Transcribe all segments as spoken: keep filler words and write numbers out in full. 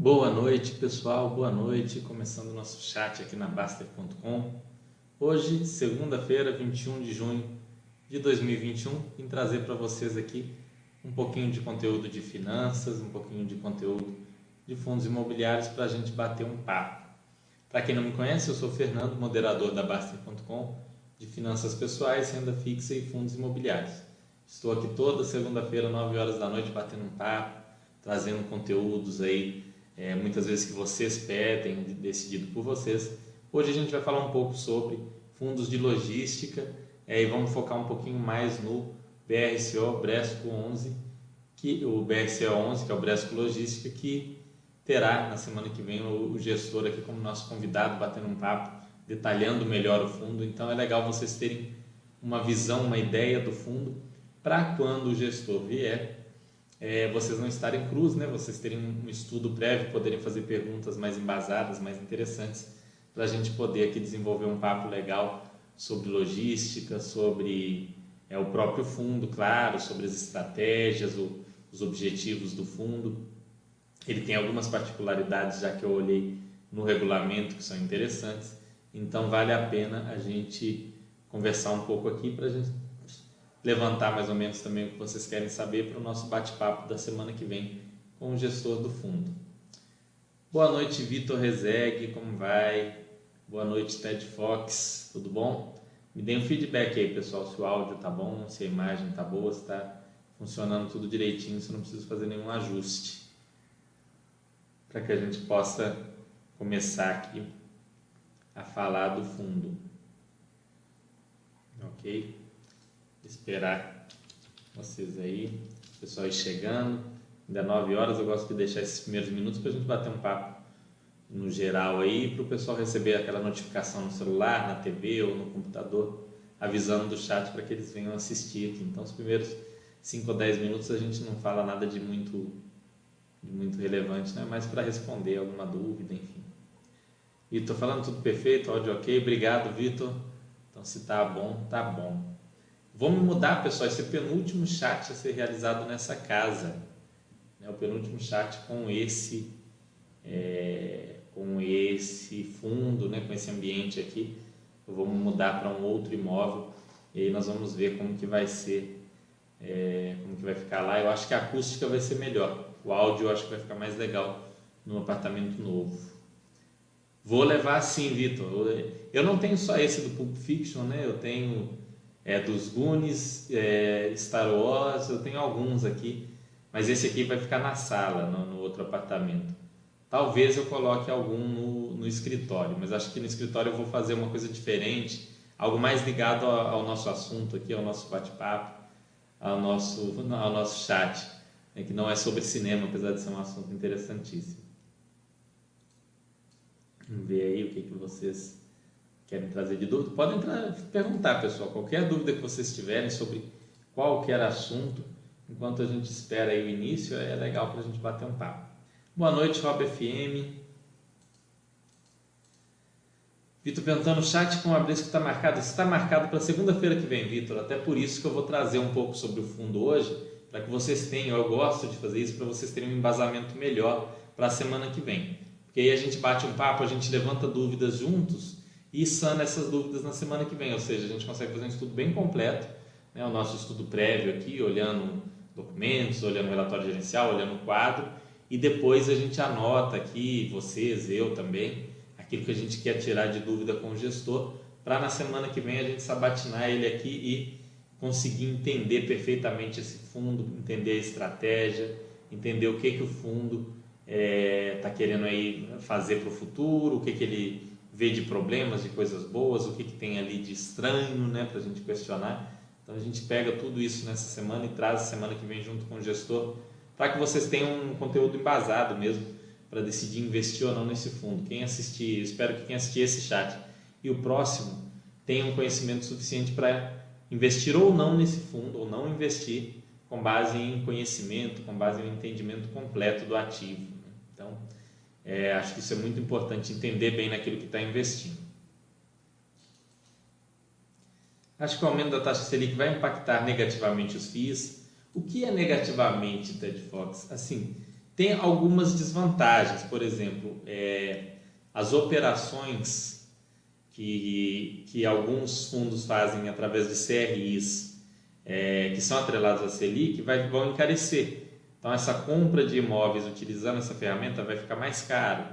Boa noite, pessoal, boa noite. Começando o nosso chat aqui na Baster ponto com. Hoje, segunda-feira, vinte e um de junho de dois mil e vinte e um, vim trazer para vocês aqui um pouquinho de conteúdo de finanças, um pouquinho de conteúdo de fundos imobiliários para a gente bater um papo. Para quem não me conhece, eu sou o Fernando, moderador da Baster ponto com, de finanças pessoais, renda fixa e fundos imobiliários. Estou aqui toda segunda-feira, nove horas da noite, batendo um papo, trazendo conteúdos aí, É, muitas vezes que vocês pedem, decidido por vocês. Hoje a gente vai falar um pouco sobre fundos de logística é, e vamos focar um pouquinho mais no B R C O Bresco onze, que, o B R C O onze, que é o Bresco Logística, que terá na semana que vem o, o gestor aqui como nosso convidado, batendo um papo, detalhando melhor o fundo. Então é legal vocês terem uma visão, uma ideia do fundo, para quando o gestor vier, É, vocês não estarem crus, né? Vocês terem um estudo prévio, poderem fazer perguntas mais embasadas, mais interessantes, para a gente poder aqui desenvolver um papo legal sobre logística, sobre é, o próprio fundo, claro, sobre as estratégias, o, os objetivos do fundo. Ele tem algumas particularidades, já que eu olhei no regulamento, que são interessantes, então vale a pena a gente conversar um pouco aqui para a gente levantar mais ou menos também o que vocês querem saber para o nosso bate-papo da semana que vem com o gestor do fundo. Boa noite, Vitor Rezegue, como vai? Boa noite, Ted Fox, tudo bom? Me deem um feedback aí, pessoal, se o áudio tá bom, se a imagem tá boa, se tá funcionando tudo direitinho, se eu não preciso fazer nenhum ajuste, para que a gente possa começar aqui a falar do fundo. Ok? Esperar vocês aí, o pessoal ir chegando, ainda nove horas. Eu gosto de deixar esses primeiros minutos para a gente bater um papo no geral aí, para o pessoal receber aquela notificação no celular, na T V ou no computador, avisando do chat para que eles venham assistir aqui. Então os primeiros cinco ou dez minutos a gente não fala nada de muito, de muito relevante, né? Mas para responder alguma dúvida, enfim. Vitor, falando tudo perfeito, áudio ok, obrigado, Vitor. Então se tá bom, tá bom. Vamos mudar, pessoal, esse é o penúltimo chat a ser realizado nessa casa, né? O penúltimo chat com esse, é, com esse fundo, né? Com esse ambiente aqui. Vamos mudar para um outro imóvel e aí nós vamos ver como que vai ser, é, como que vai ficar lá. Eu acho que a acústica vai ser melhor, o áudio eu acho que vai ficar mais legal no apartamento novo. Vou levar sim, Vitor. Eu não tenho só esse do Pulp Fiction, né? Eu tenho É, dos Goonies, é, Star Wars, eu tenho alguns aqui, mas esse aqui vai ficar na sala, no, no outro apartamento. Talvez eu coloque algum no, no escritório, mas acho que no escritório eu vou fazer uma coisa diferente, algo mais ligado ao, ao nosso assunto aqui, ao nosso bate-papo, ao nosso, ao nosso chat, né, que não é sobre cinema, apesar de ser um assunto interessantíssimo. Vamos ver aí o que, que vocês querem trazer de dúvida. Podem entrar, perguntar, pessoal, qualquer dúvida que vocês tiverem sobre qualquer assunto, enquanto a gente espera aí o início, é legal para a gente bater um papo. Boa noite, Rob F M. Vitor perguntando no chat com o Abrisco está marcado. Está marcado para segunda-feira que vem, Vitor. Até por isso que eu vou trazer um pouco sobre o fundo hoje, para que vocês tenham, eu gosto de fazer isso, para vocês terem um embasamento melhor para a semana que vem. Porque aí a gente bate um papo, a gente levanta dúvidas juntos e sana essas dúvidas na semana que vem, ou seja, a gente consegue fazer um estudo bem completo, né? O nosso estudo prévio aqui, olhando documentos, olhando o relatório gerencial, olhando o quadro, e depois a gente anota aqui, vocês, eu também, aquilo que a gente quer tirar de dúvida com o gestor, para na semana que vem a gente sabatinar ele aqui e conseguir entender perfeitamente esse fundo, entender a estratégia, entender o que, que o fundo está é, querendo aí fazer para o futuro, o que, que ele vê de problemas, de coisas boas, o que, que tem ali de estranho, né, para a gente questionar. Então a gente pega tudo isso nessa semana e traz a semana que vem junto com o gestor, para que vocês tenham um conteúdo embasado mesmo, para decidir investir ou não nesse fundo. Quem assistir, espero que quem assistir esse chat e o próximo tenha um conhecimento suficiente para investir ou não nesse fundo, ou não investir com base em conhecimento, com base em um entendimento completo do ativo. Então, É, acho que isso é muito importante, entender bem naquilo que está investindo. Acho que o aumento da taxa Selic vai impactar negativamente os F I Is. O que é negativamente, Ted Fox? Assim, Tem algumas desvantagens, por exemplo, é, as operações que, que alguns fundos fazem através de C R Is, é, que são atrelados à Selic, vai, vão encarecer. Então, essa compra de imóveis utilizando essa ferramenta vai ficar mais caro.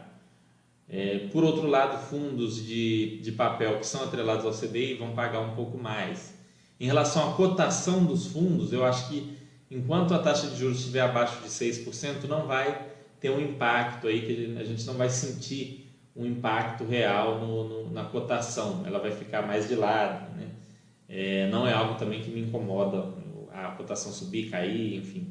É, por outro lado, fundos de, de papel que são atrelados ao C D I vão pagar um pouco mais. Em relação à cotação dos fundos, eu acho que enquanto a taxa de juros estiver abaixo de seis por cento, não vai ter um impacto aí, que a gente não vai sentir um impacto real no, no, na cotação, ela vai ficar mais de lado, né? É, não é algo também que me incomoda, a cotação subir, cair, enfim,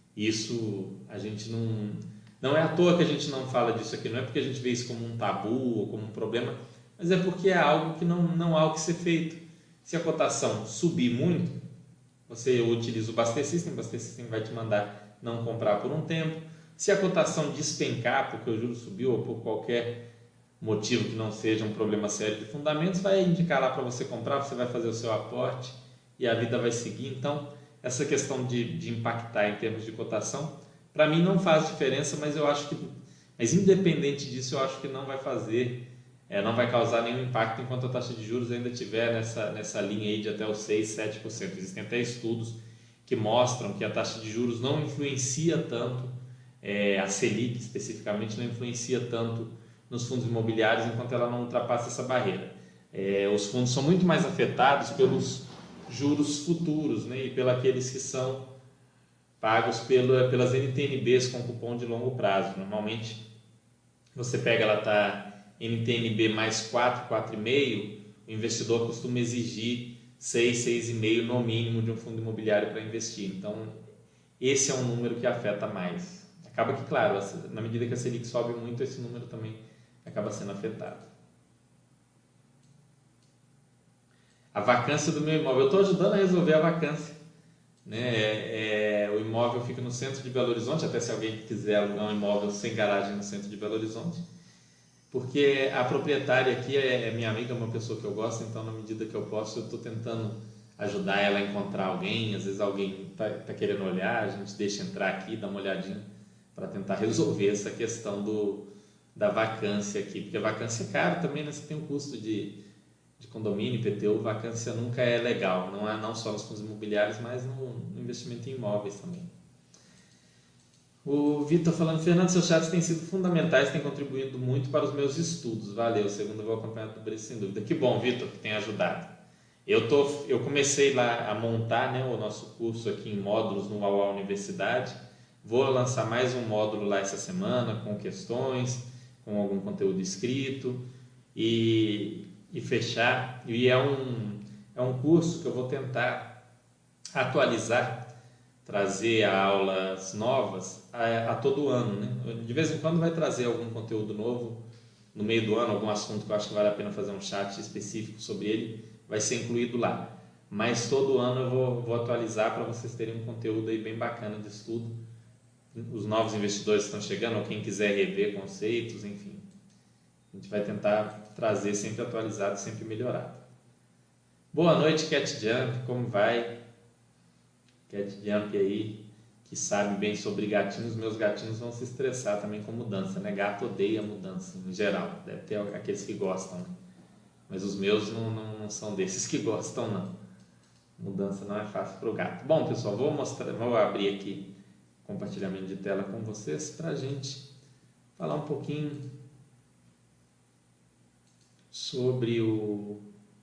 isso a gente não... Não é à toa que a gente não fala disso aqui, não é porque a gente vê isso como um tabu ou como um problema, mas é porque é algo que não, não há o que ser feito. Se a cotação subir muito, você utiliza o Baster System, o Baster System vai te mandar não comprar por um tempo. Se a cotação despencar porque o juro subiu ou por qualquer motivo que não seja um problema sério de fundamentos, vai indicar lá para você comprar, você vai fazer o seu aporte e a vida vai seguir. Então, essa questão de, de impactar em termos de cotação, para mim não faz diferença, mas eu acho que, mas independente disso, eu acho que não vai fazer, é, não vai causar nenhum impacto enquanto a taxa de juros ainda estiver nessa, nessa linha aí de até os seis, sete por cento. Existem até estudos que mostram que a taxa de juros não influencia tanto, é, a Selic especificamente não influencia tanto nos fundos imobiliários enquanto ela não ultrapassa essa barreira. É, os fundos são muito mais afetados pelos juros futuros, né, e pelos aqueles que são pagos pelo, pelas N T N Bs com cupom de longo prazo. Normalmente você pega, ela está N T N B mais quatro, quatro vírgula cinco, o investidor costuma exigir seis, seis vírgula cinco no mínimo de um fundo imobiliário para investir. Então esse é um número que afeta mais. Acaba que, claro, na medida que a Selic sobe muito, esse número também acaba sendo afetado. A vacância do meu imóvel, eu estou ajudando a resolver a vacância, né? É, é, o imóvel fica no centro de Belo Horizonte, até se alguém quiser alugar um imóvel sem garagem no centro de Belo Horizonte, porque a proprietária aqui é, é minha amiga, é uma pessoa que eu gosto, então na medida que eu posso eu estou tentando ajudar ela a encontrar alguém. Às vezes alguém está tá querendo olhar, a gente deixa entrar aqui, dá uma olhadinha para tentar resolver essa questão do, da vacância aqui, porque a vacância é cara também, né? Você tem um custo de de condomínio, I P T U, vacância nunca é legal, não é não só nos fundos imobiliários, mas no, no investimento em imóveis também. O Vitor falando, Fernando, seus chats têm sido fundamentais, têm contribuído muito para os meus estudos, valeu, segundo eu vou acompanhar do preço sem dúvida. Que bom, Vitor, que tem ajudado. Eu, tô, eu comecei lá a montar, né, o nosso curso aqui em módulos no Uau Universidade, vou lançar mais um módulo lá essa semana, com questões, com algum conteúdo escrito, e e fechar, e é um, é um curso que eu vou tentar atualizar, trazer aulas novas a, a todo ano, né? De vez em quando vai trazer algum conteúdo novo no meio do ano, algum assunto que eu acho que vale a pena fazer um chat específico sobre ele, vai ser incluído lá, mas todo ano eu vou, vou atualizar para vocês terem um conteúdo aí bem bacana de estudo. Os novos investidores estão chegando, ou quem quiser rever conceitos, enfim, a gente vai tentar trazer sempre atualizado, sempre melhorado. Boa noite, Cat Jump, como vai? Cat Jump aí, que sabe bem sobre gatinhos. Meus gatinhos vão se estressar também com mudança, né? Gato odeia mudança, em geral. Deve ter aqueles que gostam, né? Mas os meus não, não, não são desses que gostam, não. Mudança não é fácil para o gato. Bom, pessoal, vou mostrar, vou abrir aqui compartilhamento de tela com vocês para a gente falar um pouquinho sobre o,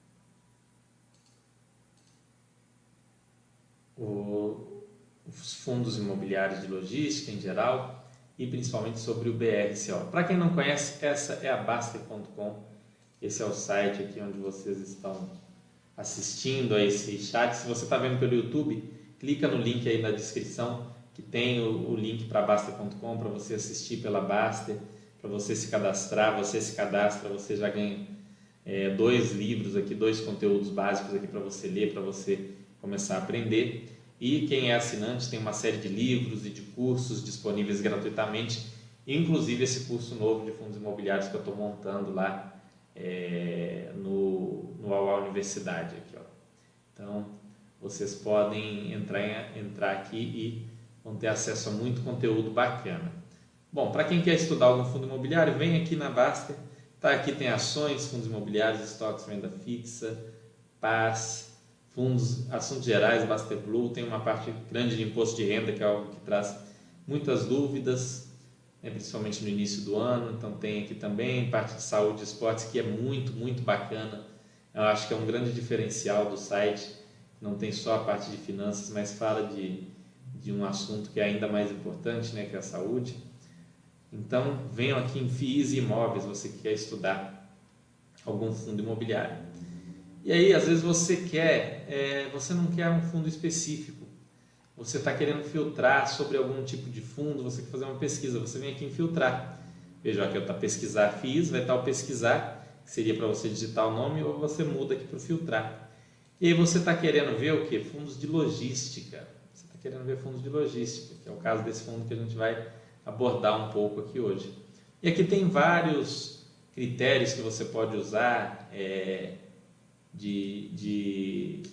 o, os fundos imobiliários de logística em geral e principalmente sobre o B R C O. Para quem não conhece, essa é a Baster ponto com, esse é o site aqui onde vocês estão assistindo a esse chat. Se você está vendo pelo YouTube, clica no link aí na descrição que tem o, o link para Baster ponto com para você assistir pela Baster, para você se cadastrar. Você se cadastra, você já ganha É, dois livros aqui, dois conteúdos básicos aqui para você ler, para você começar a aprender. E quem é assinante tem uma série de livros e de cursos disponíveis gratuitamente, inclusive esse curso novo de fundos imobiliários que eu estou montando lá é, no, no Uau Universidade. Aqui, ó. Então, vocês podem entrar, em, entrar aqui e vão ter acesso a muito conteúdo bacana. Bom, para quem quer estudar algum fundo imobiliário, vem aqui na Baster. Tá, aqui tem ações, fundos imobiliários, estoques, renda fixa, P A S, fundos, assuntos gerais, Baster Blue. Tem uma parte grande de imposto de renda, que é algo que traz muitas dúvidas, né, principalmente no início do ano. Então tem aqui também parte de saúde e esportes, que é muito, muito bacana. Eu acho que é um grande diferencial do site. Não tem só a parte de finanças, mas fala de, de um assunto que é ainda mais importante, né, que é a saúde. Então, venham aqui em F I I S e Imóveis, você que quer estudar algum fundo imobiliário. E aí, às vezes você quer, é, você não quer um fundo específico, você está querendo filtrar sobre algum tipo de fundo, você quer fazer uma pesquisa, você vem aqui em filtrar. Veja, aqui está pesquisar F I I S, vai estar o pesquisar, que seria para você digitar o nome, ou você muda aqui para o filtrar. E aí você está querendo ver o que? Fundos de logística. Você está querendo ver fundos de logística, que é o caso desse fundo que a gente vai abordar um pouco aqui hoje. E aqui tem vários critérios que você pode usar é, de, de,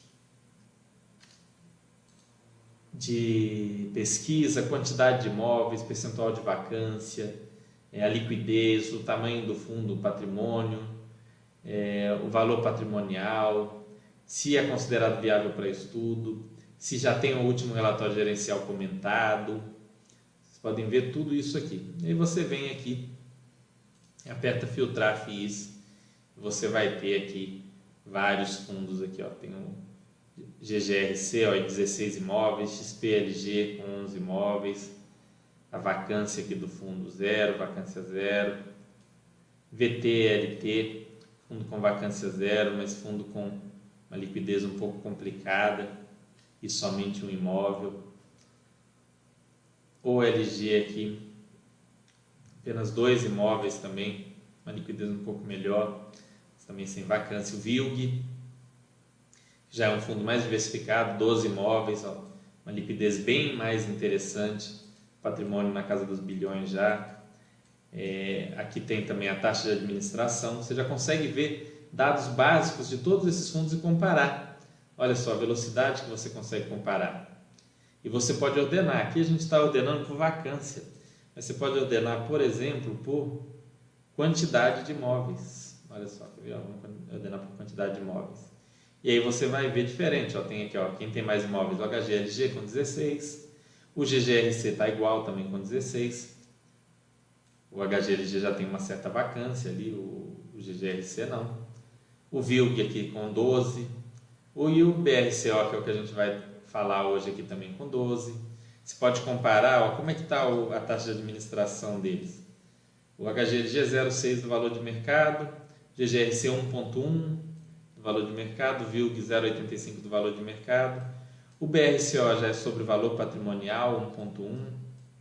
de pesquisa, quantidade de imóveis, percentual de vacância, é, a liquidez, o tamanho do fundo, o patrimônio, é, o valor patrimonial, se é considerado viável para estudo, se já tem o último relatório gerencial comentado. Vocês podem ver tudo isso aqui. E aí você vem aqui, aperta filtrar F I I S, você vai ter aqui vários fundos aqui, ó. Tem o G G R C, ó, dezesseis imóveis, X P L G com onze imóveis, a vacância aqui do fundo zero, vacância zero, V T L T, fundo com vacância zero, mas fundo com uma liquidez um pouco complicada e somente um imóvel. O L G aqui, apenas dois imóveis também, uma liquidez um pouco melhor, também sem vacância. O V I L G já é um fundo mais diversificado, doze imóveis, ó, uma liquidez bem mais interessante, patrimônio na casa dos bilhões já. É, aqui tem também a taxa de administração, você já consegue ver dados básicos de todos esses fundos e comparar. Olha só a velocidade que você consegue comparar. E você pode ordenar, aqui a gente está ordenando por vacância, mas você pode ordenar, por exemplo, por quantidade de imóveis. Olha só, quer ver? Vamos ordenar por quantidade de imóveis. E aí você vai ver diferente, ó, tem aqui, ó, quem tem mais imóveis, o H G L G com dezesseis, o G G R C está igual também com dezesseis, o H G L G já tem uma certa vacância ali, o, o G G R C não, o V I L G aqui com doze, o I U B R C O, que é o que a gente vai falar hoje aqui também com doze. Você pode comparar, ó, como é que está a taxa de administração deles. O H G L G zero vírgula seis do valor de mercado, G G R C um vírgula um do valor de mercado, V I L G zero vírgula oitenta e cinco do valor de mercado, o B R C O já é sobre valor patrimonial um vírgula um,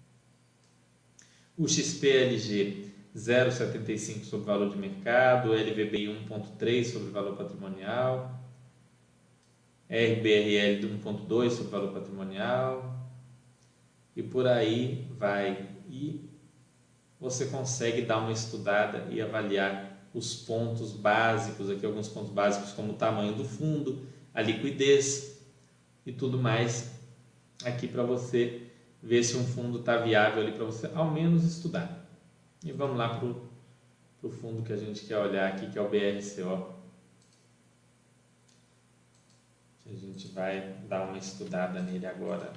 o X P L G zero vírgula setenta e cinco sobre valor de mercado, o L V B I um vírgula três sobre valor patrimonial, R B R L de um vírgula dois sobre valor patrimonial e por aí vai. E você consegue dar uma estudada e avaliar os pontos básicos, aqui alguns pontos básicos como o tamanho do fundo, a liquidez e tudo mais aqui para você ver se um fundo está viável ali para você ao menos estudar. E vamos lá para o fundo que a gente quer olhar aqui, que é o B R C O. A gente vai dar uma estudada nele agora.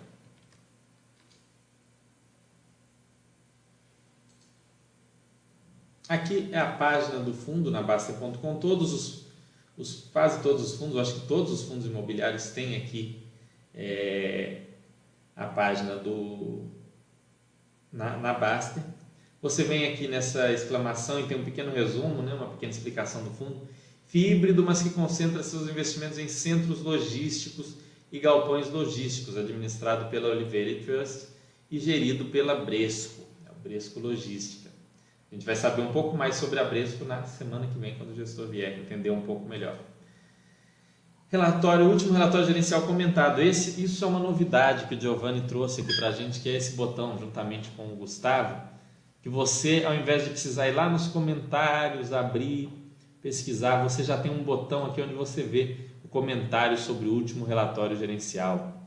Aqui é a página do fundo na Baster ponto com. Todos os, os, quase todos os fundos, eu acho que todos os fundos imobiliários têm aqui é, a página do na, na Baster. Você vem aqui nessa exclamação e tem um pequeno resumo, né, uma pequena explicação do fundo. F I I híbrido, mas que concentra seus investimentos em centros logísticos e galpões logísticos, administrado pela Oliveira Trust e gerido pela Bresco, a Bresco Logística. A gente vai saber um pouco mais sobre a Bresco na semana que vem, quando o gestor vier entender um pouco melhor. Relatório, último relatório gerencial comentado. Esse, isso é uma novidade que o Giovanni trouxe aqui para a gente, que é esse botão, juntamente com o Gustavo, que você, ao invés de precisar ir lá nos comentários, abrir, pesquisar, você já tem um botão aqui onde você vê o comentário sobre o último relatório gerencial.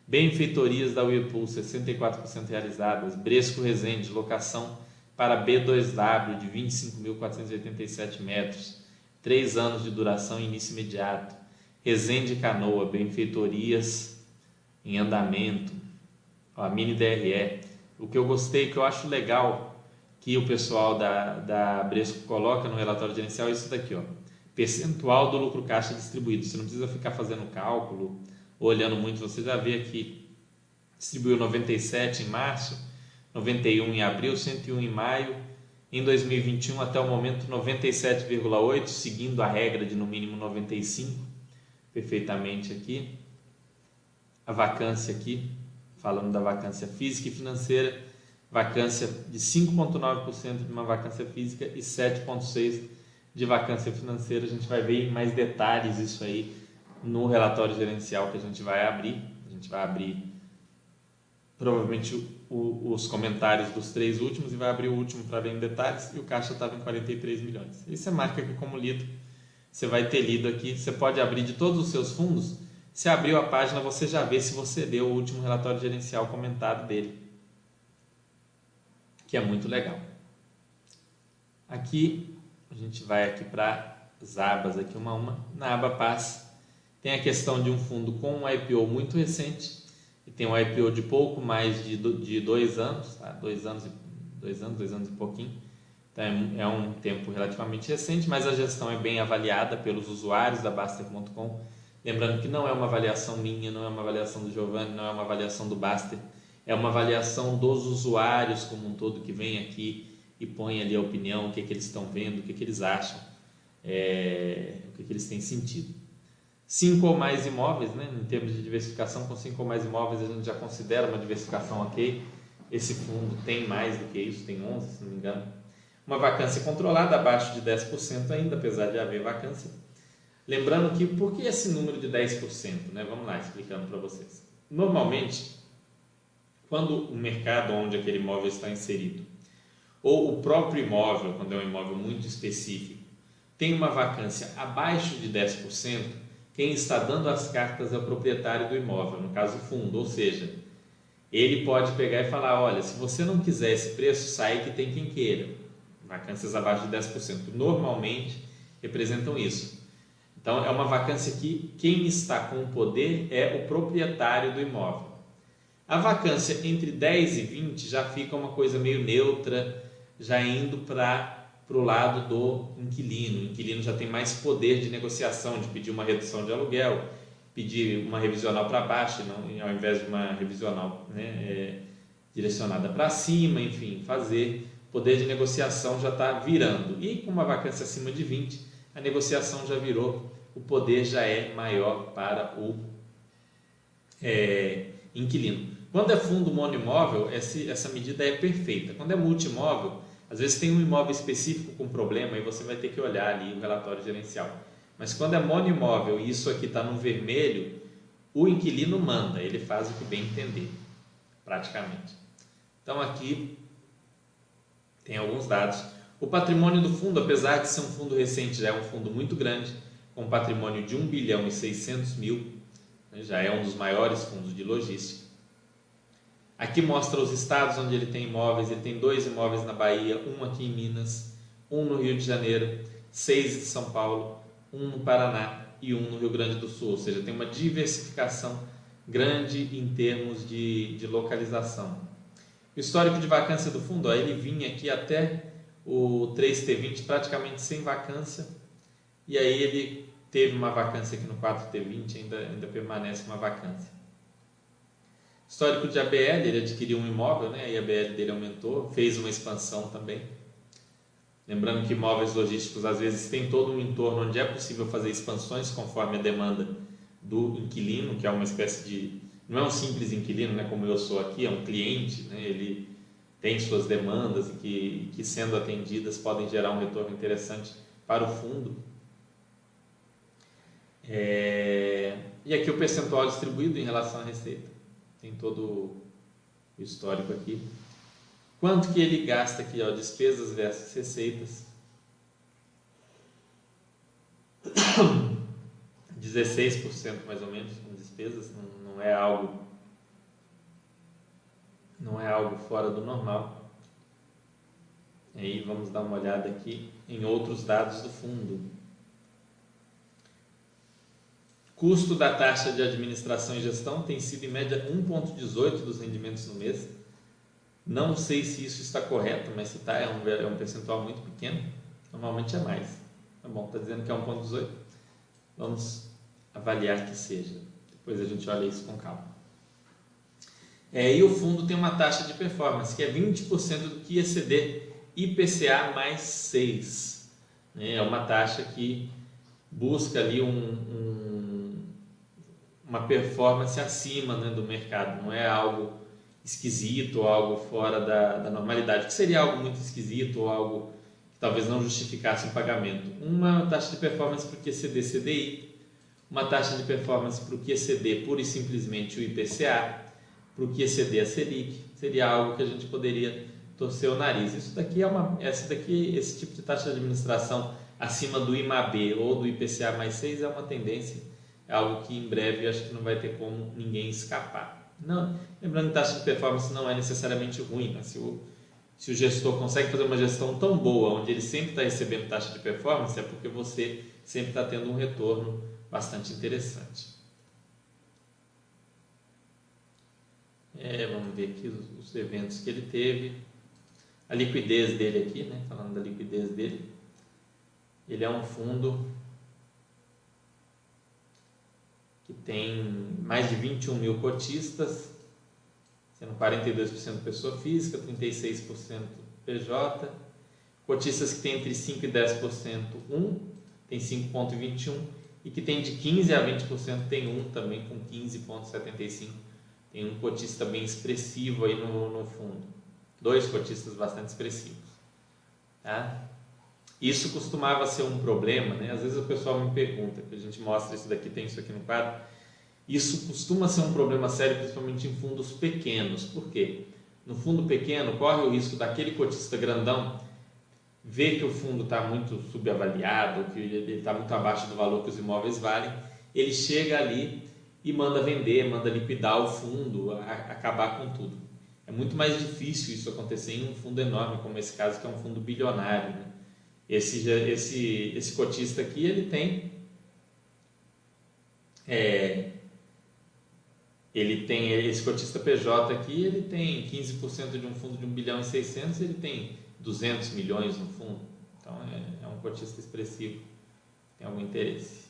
Benfeitorias da Whirlpool, sessenta e quatro por cento realizadas. Bresco Resende, locação para B dois W de vinte e cinco mil quatrocentos e oitenta e sete metros, três anos de duração e início imediato. Resende Canoa, benfeitorias em andamento, ó, a mini D R E. O que eu gostei, que eu acho legal que o pessoal da, da Bresco coloca no relatório gerencial é isso daqui, ó, percentual do lucro caixa distribuído. Você não precisa ficar fazendo cálculo, olhando muito, você já vê aqui, distribuiu noventa e sete em março, noventa e um em abril, cento e um em maio, em dois mil e vinte e um até o momento noventa e sete vírgula oito, seguindo a regra de no mínimo noventa e cinco, perfeitamente aqui. A vacância aqui, falando da vacância física e financeira, vacância de cinco vírgula nove por cento de uma vacância física e sete vírgula seis por cento de vacância financeira. A gente vai ver em mais detalhes isso aí no relatório gerencial que a gente vai abrir. A gente vai abrir provavelmente o, o, os comentários dos três últimos e vai abrir o último para ver em detalhes, e o caixa estava em quarenta e três milhões. E você marca aqui como lido, você vai ter lido aqui, você pode abrir de todos os seus fundos, se abriu a página você já vê se você leu o último relatório gerencial comentado dele, que é muito legal. Aqui, a gente vai aqui para as abas, aqui uma a uma. Na aba Paz, tem a questão de um fundo com um I P O muito recente, e tem um I P O de pouco mais de, de dois anos, tá? dois anos, dois anos, dois anos e pouquinho. Então é um tempo relativamente recente, mas a gestão é bem avaliada pelos usuários da Baster ponto com. Lembrando que não é uma avaliação minha, não é uma avaliação do Giovanni, não é uma avaliação do Baster, é uma avaliação dos usuários como um todo que vem aqui e põe ali a opinião, o que, que eles estão vendo, o que, que eles acham, é, o que, que eles têm sentido. Cinco ou mais imóveis, né? Em termos de diversificação, com cinco ou mais imóveis a gente já considera uma diversificação ok. Esse fundo tem mais do que isso, tem onze, se não me engano. Uma vacância controlada, abaixo de dez por cento ainda, apesar de haver vacância. Lembrando que, por que esse número de dez por cento? Né? Vamos lá, explicando para vocês. Normalmente, quando o mercado onde aquele imóvel está inserido, ou o próprio imóvel, quando é um imóvel muito específico, tem uma vacância abaixo de dez por cento, quem está dando as cartas é o proprietário do imóvel, no caso o fundo, ou seja, ele pode pegar e falar, olha, se você não quiser esse preço, sai que tem quem queira. Vacâncias abaixo de dez por cento normalmente representam isso. Então é uma vacância que quem está com o poder é o proprietário do imóvel. A vacância entre dez e vinte já fica uma coisa meio neutra, já indo para para o lado do inquilino. O inquilino já tem mais poder de negociação, de pedir uma redução de aluguel, pedir uma revisional para baixo, não, ao invés de uma revisional, né, é, direcionada para cima, enfim, fazer. Poder de negociação já está virando. E com uma vacância acima de vinte, a negociação já virou, o poder já é maior para o é, inquilino. Quando é fundo monoimóvel, essa medida é perfeita. Quando é multimóvel, às vezes tem um imóvel específico com problema e você vai ter que olhar ali o relatório gerencial. Mas quando é monoimóvel e isso aqui está no vermelho, o inquilino manda, ele faz o que bem entender, praticamente. Então aqui tem alguns dados. O patrimônio do fundo, apesar de ser um fundo recente, já é um fundo muito grande, com um patrimônio de um bilhão e seiscentos mil, né, já é um dos maiores fundos de logística. Aqui mostra os estados onde ele tem imóveis. Ele tem dois imóveis na Bahia, um aqui em Minas, um no Rio de Janeiro, seis em São Paulo, um no Paraná e um no Rio Grande do Sul. Ou seja, tem uma diversificação grande em termos de, de localização. O histórico de vacância do fundo, ó, ele vinha aqui até o três T vinte praticamente sem vacância, e aí ele teve uma vacância aqui no quatro T vinte, ainda, ainda permanece uma vacância. Histórico de A B L, ele adquiriu um imóvel, né? E a A B L dele aumentou, fez uma expansão também. Lembrando que imóveis logísticos às vezes tem todo um entorno onde é possível fazer expansões conforme a demanda do inquilino, que é uma espécie de... não é um simples inquilino, né? Como eu sou aqui, é um cliente, né? Ele tem suas demandas e que, que sendo atendidas podem gerar um retorno interessante para o fundo. É... E aqui o percentual distribuído em relação à receita. Tem todo o histórico aqui. Quanto que ele gasta aqui, ó, despesas versus receitas. dezesseis por cento mais ou menos com despesas, não, não é algo não é algo fora do normal. Aí vamos dar uma olhada aqui em outros dados do fundo. Custo da taxa de administração e gestão tem sido em média um vírgula dezoito dos rendimentos no mês. Não sei se isso está correto, mas se está, é um, é um percentual muito pequeno. Normalmente é mais. Tá bom, está dizendo que é um vírgula dezoito. Vamos avaliar que seja. Depois a gente olha isso com calma. É, e o fundo tem uma taxa de performance que é vinte por cento do que ia exceder I P C A mais seis. É uma taxa que busca ali um, um, uma performance acima, né, do mercado. Não é algo esquisito ou algo fora da, da normalidade, que seria algo muito esquisito ou algo que talvez não justificasse um pagamento. Uma taxa de performance para o Q C D C D I, uma taxa de performance para o Q C D pura e simplesmente o I P C A, para o Q C D a Selic, seria algo que a gente poderia torcer o nariz. Isso daqui é uma, esse daqui, esse tipo de taxa de administração acima do I M A B ou do I P C A mais seis é uma tendência, é algo que em breve acho que não vai ter como ninguém escapar. Não, lembrando que taxa de performance não é necessariamente ruim, né? se, o, se o gestor consegue fazer uma gestão tão boa, onde ele sempre está recebendo taxa de performance, é porque você sempre está tendo um retorno bastante interessante. É, vamos ver aqui os, os eventos que ele teve, a liquidez dele aqui, né? Falando da liquidez dele, ele é um fundo que tem mais de vinte e um mil cotistas, sendo quarenta e dois por cento pessoa física, trinta e seis por cento P J, cotistas que tem entre cinco por cento e dez por cento um, tem cinco vírgula vinte e um, e que tem de quinze por cento a vinte por cento tem um também com quinze vírgula setenta e cinco. Tem um cotista bem expressivo aí no, no fundo, dois cotistas bastante expressivos, tá? Isso costumava ser um problema, né? Às vezes o pessoal me pergunta, que a gente mostra isso daqui, tem isso aqui no quadro. Isso costuma ser um problema sério, principalmente em fundos pequenos. Por quê? No fundo pequeno, corre o risco daquele cotista grandão ver que o fundo está muito subavaliado, que ele está muito abaixo do valor que os imóveis valem, ele chega ali e manda vender, manda liquidar o fundo, a, acabar com tudo. É muito mais difícil isso acontecer em um fundo enorme, como esse caso, que é um fundo bilionário, né? Esse, esse, esse cotista aqui, ele tem é, ele tem, esse cotista P J aqui, ele tem quinze por cento de um fundo de um bilhão e seiscentos, ele tem duzentos milhões no fundo, então é, é um cotista expressivo, tem algum interesse.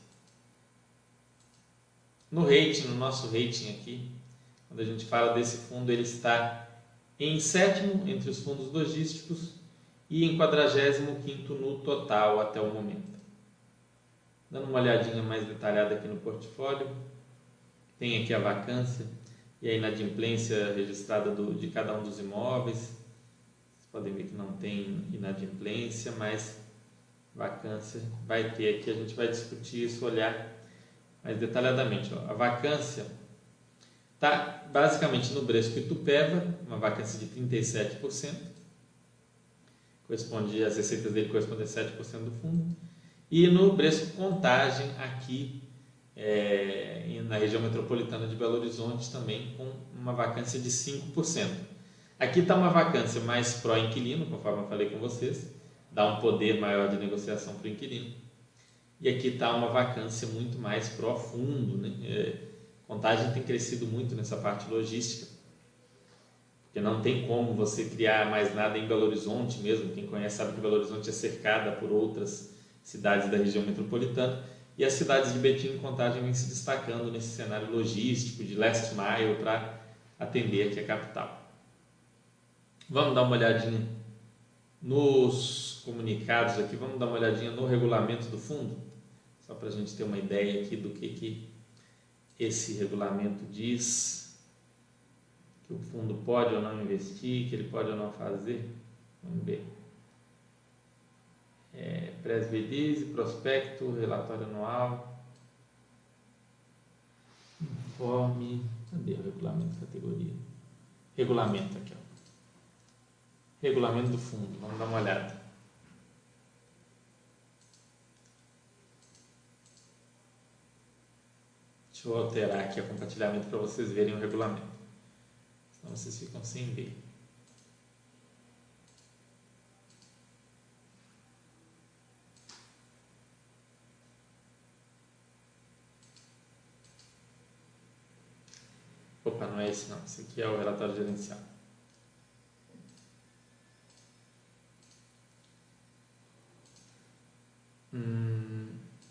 No rating, no nosso rating aqui, quando a gente fala desse fundo, ele está em sétimo entre os fundos logísticos e em quadragésimo quinto no total até o momento. Dando uma olhadinha mais detalhada aqui no portfólio, tem aqui a vacância e a inadimplência registrada do, de cada um dos imóveis. Vocês podem ver que não tem inadimplência, mas vacância vai ter aqui. A gente vai discutir isso, olhar mais detalhadamente. Ó, a vacância está basicamente no Bresco Itupeva, uma vacância de trinta e sete por cento. Corresponde, as receitas dele correspondem a sete por cento do fundo. E no Bresco Contagem, aqui é, na região metropolitana de Belo Horizonte, também com uma vacância de cinco por cento. Aqui está uma vacância mais pró-inquilino, conforme eu falei com vocês, dá um poder maior de negociação para o inquilino. E aqui está uma vacância muito mais pró-fundo, né? É, Contagem tem crescido muito nessa parte logística, porque não tem como você criar mais nada em Belo Horizonte mesmo. Quem conhece sabe que Belo Horizonte é cercada por outras cidades da região metropolitana, e as cidades de Betim e Contagem vêm se destacando nesse cenário logístico de last mile para atender aqui a capital. Vamos dar uma olhadinha nos comunicados aqui, vamos dar uma olhadinha no regulamento do fundo, só para a gente ter uma ideia aqui do que, que esse regulamento diz, que o fundo pode ou não investir, que ele pode ou não fazer. Vamos ver. É, press release, prospecto, relatório anual, informe, cadê o regulamento categoria? Regulamento aqui, ó. Regulamento do fundo, vamos dar uma olhada. Deixa eu alterar aqui o compartilhamento para vocês verem o regulamento. Então vocês ficam sem ver. Opa, não é esse não, esse aqui é o relatório gerencial. Hum.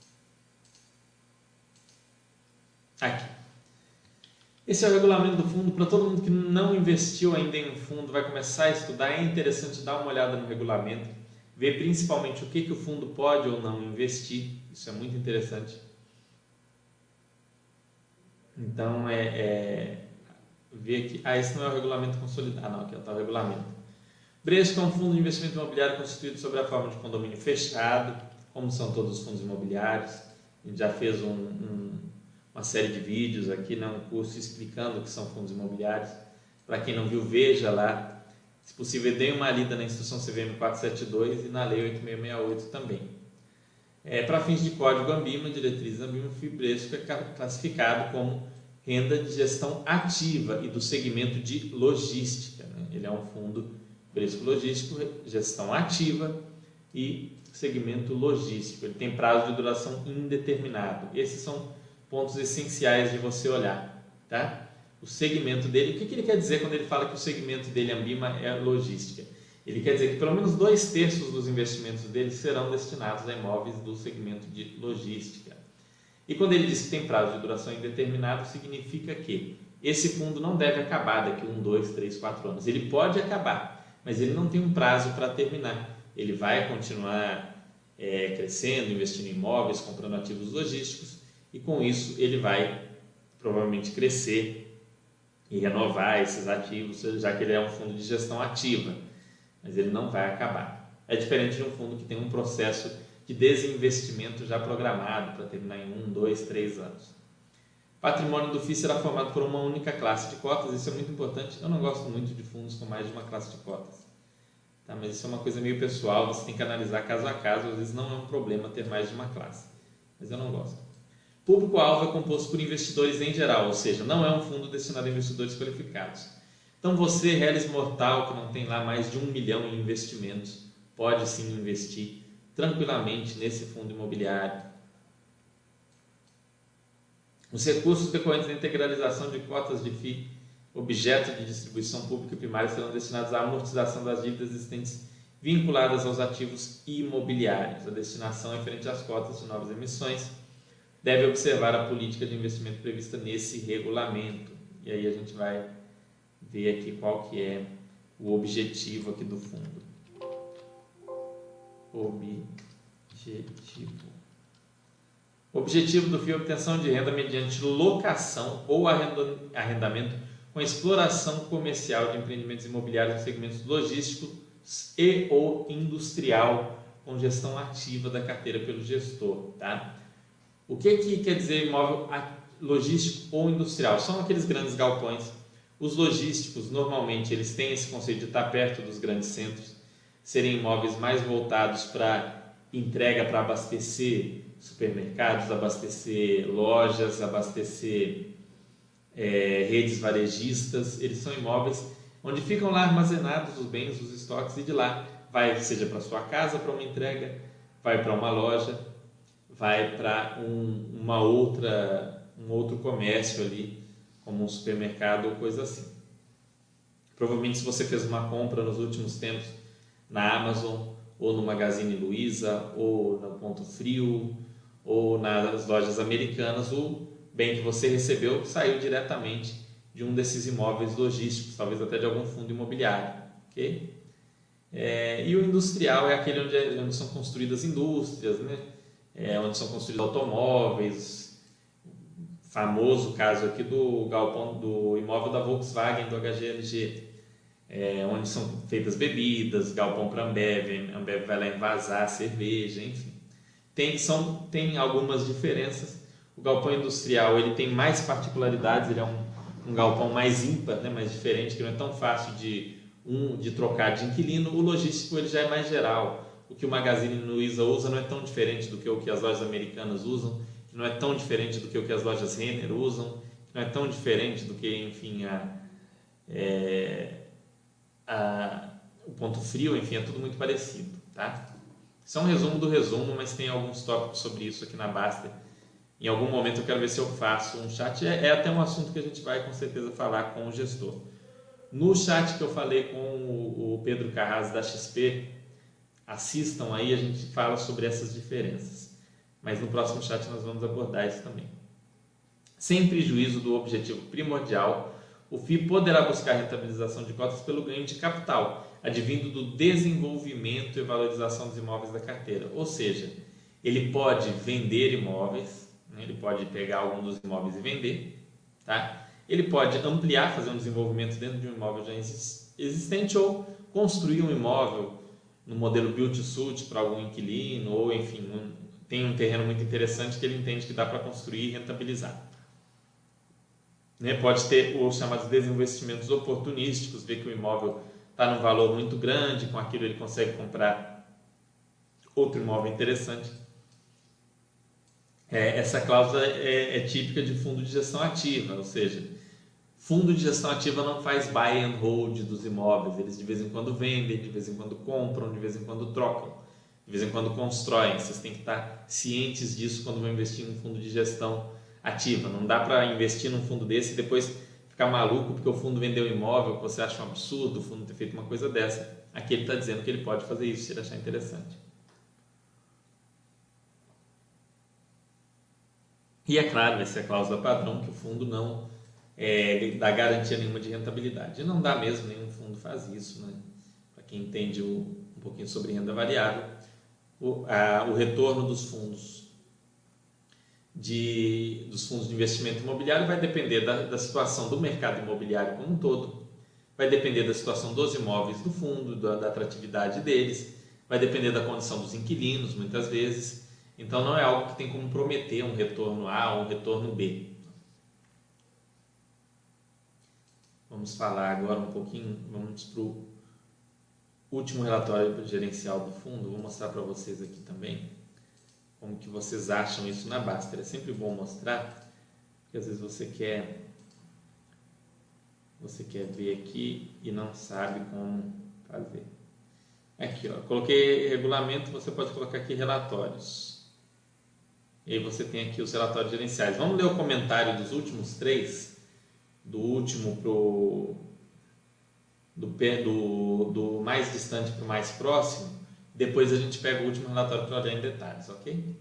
Aqui. Esse é o regulamento do fundo. Para todo mundo que não investiu ainda em um fundo, vai começar a estudar, é interessante dar uma olhada no regulamento, ver principalmente o que, que o fundo pode ou não investir, isso é muito interessante. Então, é, é ver que... Ah, esse não é o regulamento consolidado, não, aqui é o tal regulamento. Bradesco é um fundo de investimento imobiliário constituído sob a forma de condomínio fechado, como são todos os fundos imobiliários. A gente já fez um, um, uma série de vídeos aqui, né, um curso explicando o que são fundos imobiliários. Para quem não viu, veja lá. Se possível, dê uma lida na instrução C V M quatrocentos e setenta e dois e na Lei oito mil seiscentos e sessenta e oito também. É, para fins de código ANBIMA, diretrizes ANBIMA, o Bradesco é classificado como renda de gestão ativa e do segmento de logística, né? Ele é um fundo Bradesco Logístico, gestão ativa e segmento logístico. Ele tem prazo de duração indeterminado. Esses são pontos essenciais de você olhar, tá? O segmento dele, o que, que ele quer dizer quando ele fala que o segmento dele, ANBIMA, é logística? Ele quer dizer que pelo menos dois terços dos investimentos dele serão destinados a imóveis do segmento de logística. E quando ele diz que tem prazo de duração indeterminado, significa que esse fundo não deve acabar daqui a um, dois, três, quatro anos. Ele pode acabar, mas ele não tem um prazo para terminar. Ele vai continuar é, crescendo, investindo em imóveis, comprando ativos logísticos e com isso ele vai provavelmente crescer e renovar esses ativos, já que ele é um fundo de gestão ativa, mas ele não vai acabar. É diferente de um fundo que tem um processo de desinvestimento já programado para terminar em um, dois, três anos. O patrimônio do F I I será formado por uma única classe de cotas, isso é muito importante. Eu não gosto muito de fundos com mais de uma classe de cotas, tá? Mas isso é uma coisa meio pessoal, você tem que analisar caso a caso, às vezes não é um problema ter mais de uma classe, mas eu não gosto. O público-alvo é composto por investidores em geral, ou seja, não é um fundo destinado a investidores qualificados. Então você, Reles mortal, que não tem lá mais de um milhão em investimentos, pode sim investir tranquilamente nesse fundo imobiliário. Os recursos decorrentes da integralização de cotas de F I I, objeto de distribuição pública primária, serão destinados à amortização das dívidas existentes vinculadas aos ativos imobiliários. A destinação é referente às cotas de novas emissões deve observar a política de investimento prevista nesse regulamento. E aí a gente vai ver aqui qual que é o objetivo aqui do fundo. Objetivo. O objetivo do F I I é a obtenção de renda mediante locação ou arrendamento com exploração comercial de empreendimentos imobiliários em segmentos logísticos e ou industrial com gestão ativa da carteira pelo gestor, tá? O que, que quer dizer imóvel logístico ou industrial? São aqueles grandes galpões. Os logísticos, normalmente, eles têm esse conceito de estar perto dos grandes centros, serem imóveis mais voltados para entrega, para abastecer supermercados, abastecer lojas, abastecer é, redes varejistas. Eles são imóveis onde ficam lá armazenados os bens, os estoques, e de lá vai, seja para sua casa, para uma entrega, vai para uma loja, vai para um, uma outra, um outro comércio ali, como um supermercado ou coisa assim. Provavelmente, se você fez uma compra nos últimos tempos na Amazon, ou no Magazine Luiza, ou no Ponto Frio, ou nas lojas americanas, o bem que você recebeu saiu diretamente de um desses imóveis logísticos, talvez até de algum fundo imobiliário. Okay? É, e o industrial é aquele onde, é, onde são construídas indústrias, né? É, onde são construídos automóveis. Famoso caso aqui do galpão do imóvel da Volkswagen, do H G L G, é, onde são feitas bebidas, galpão para a Ambev, a Ambev vai lá envasar cerveja, enfim. Tem, são, tem algumas diferenças. O galpão industrial ele tem mais particularidades, ele é um, um galpão mais ímpar, né, mais diferente, que não é tão fácil de, um, de trocar de inquilino. O logístico ele já é mais geral. O que o Magazine Luiza usa não é tão diferente do que o que as lojas americanas usam, que não é tão diferente do que o que as lojas Renner usam, que não é tão diferente do que, enfim, a, é, a, o ponto frio, enfim, é tudo muito parecido, tá? Isso é um resumo do resumo, mas tem alguns tópicos sobre isso aqui na Baster. Em algum momento eu quero ver se eu faço um chat, é, é até um assunto que a gente vai com certeza falar com o gestor. No chat que eu falei com o, o Pedro Carras da X P, assistam aí, a gente fala sobre essas diferenças. Mas no próximo chat nós vamos abordar isso também. Sem prejuízo do objetivo primordial, o F I I poderá buscar rentabilização de cotas pelo ganho de capital, advindo do desenvolvimento e valorização dos imóveis da carteira. Ou seja, ele pode vender imóveis, né? Ele pode pegar algum dos imóveis e vender, tá? Ele pode ampliar, fazer um desenvolvimento dentro de um imóvel já existente ou construir um imóvel no modelo build to suit para algum inquilino, ou enfim, um, tem um terreno muito interessante que ele entende que dá para construir e rentabilizar. Né? Pode ter os chamados desinvestimentos oportunísticos, ver que o imóvel está num valor muito grande, com aquilo ele consegue comprar outro imóvel interessante. É, essa cláusula é, é típica de fundo de gestão ativa, ou seja, fundo de gestão ativa não faz buy and hold dos imóveis, eles de vez em quando vendem, de vez em quando compram, de vez em quando trocam, de vez em quando constroem. Vocês têm que estar cientes disso quando vão investir em um fundo de gestão ativa. Não dá para investir num fundo desse e depois ficar maluco porque o fundo vendeu imóvel, que você acha um absurdo o fundo ter feito uma coisa dessa. Aqui ele está dizendo que ele pode fazer isso se ele achar interessante. E é claro, vai ser a cláusula padrão que o fundo não é, dá garantia nenhuma de rentabilidade. E não dá mesmo, nenhum fundo faz isso, né? Para quem entende o, um pouquinho sobre renda variável, o, a, o retorno dos fundos de, dos fundos de investimento imobiliário vai depender da, da situação do mercado imobiliário como um todo, vai depender da situação dos imóveis do fundo, da, da atratividade deles, vai depender da condição dos inquilinos, muitas vezes. Então não é algo que tem como prometer um retorno A ou um retorno B. Vamos falar agora um pouquinho, vamos para o último relatório gerencial do fundo. Vou mostrar para vocês aqui também como que vocês acham isso na Baster. É sempre bom mostrar, porque às vezes você quer, você quer ver aqui e não sabe como fazer. Aqui, ó, coloquei regulamento, você pode colocar aqui relatórios. E aí você tem aqui os relatórios gerenciais. Vamos ler o comentário dos últimos três, do último pro do, do, do mais distante para o mais próximo. Depois a gente pega o último relatório para olhar em detalhes, ok?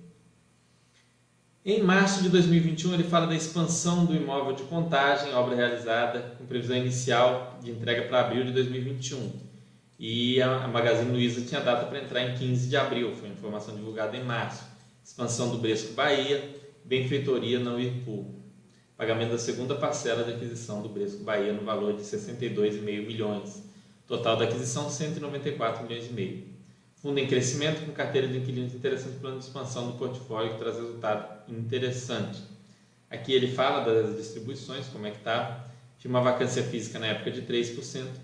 Em março de dois mil e vinte e um, ele fala da expansão do imóvel de Contagem, obra realizada com previsão inicial de entrega para abril de dois mil e vinte e um. E a Magazine Luiza tinha data para entrar em quinze de abril, foi uma informação divulgada em março. Expansão do Bresco Bahia, benfeitoria na Whirlpool. Pagamento da segunda parcela de aquisição do Bresco Bahia no valor de sessenta e dois vírgula cinco milhões. Total da aquisição, cento e noventa e quatro milhões e meio. Fundo em crescimento com carteira de inquilinos interessante, plano de expansão do portfólio que traz resultado interessante. Aqui ele fala das distribuições, como é que está. Tinha uma vacância física na época de três por cento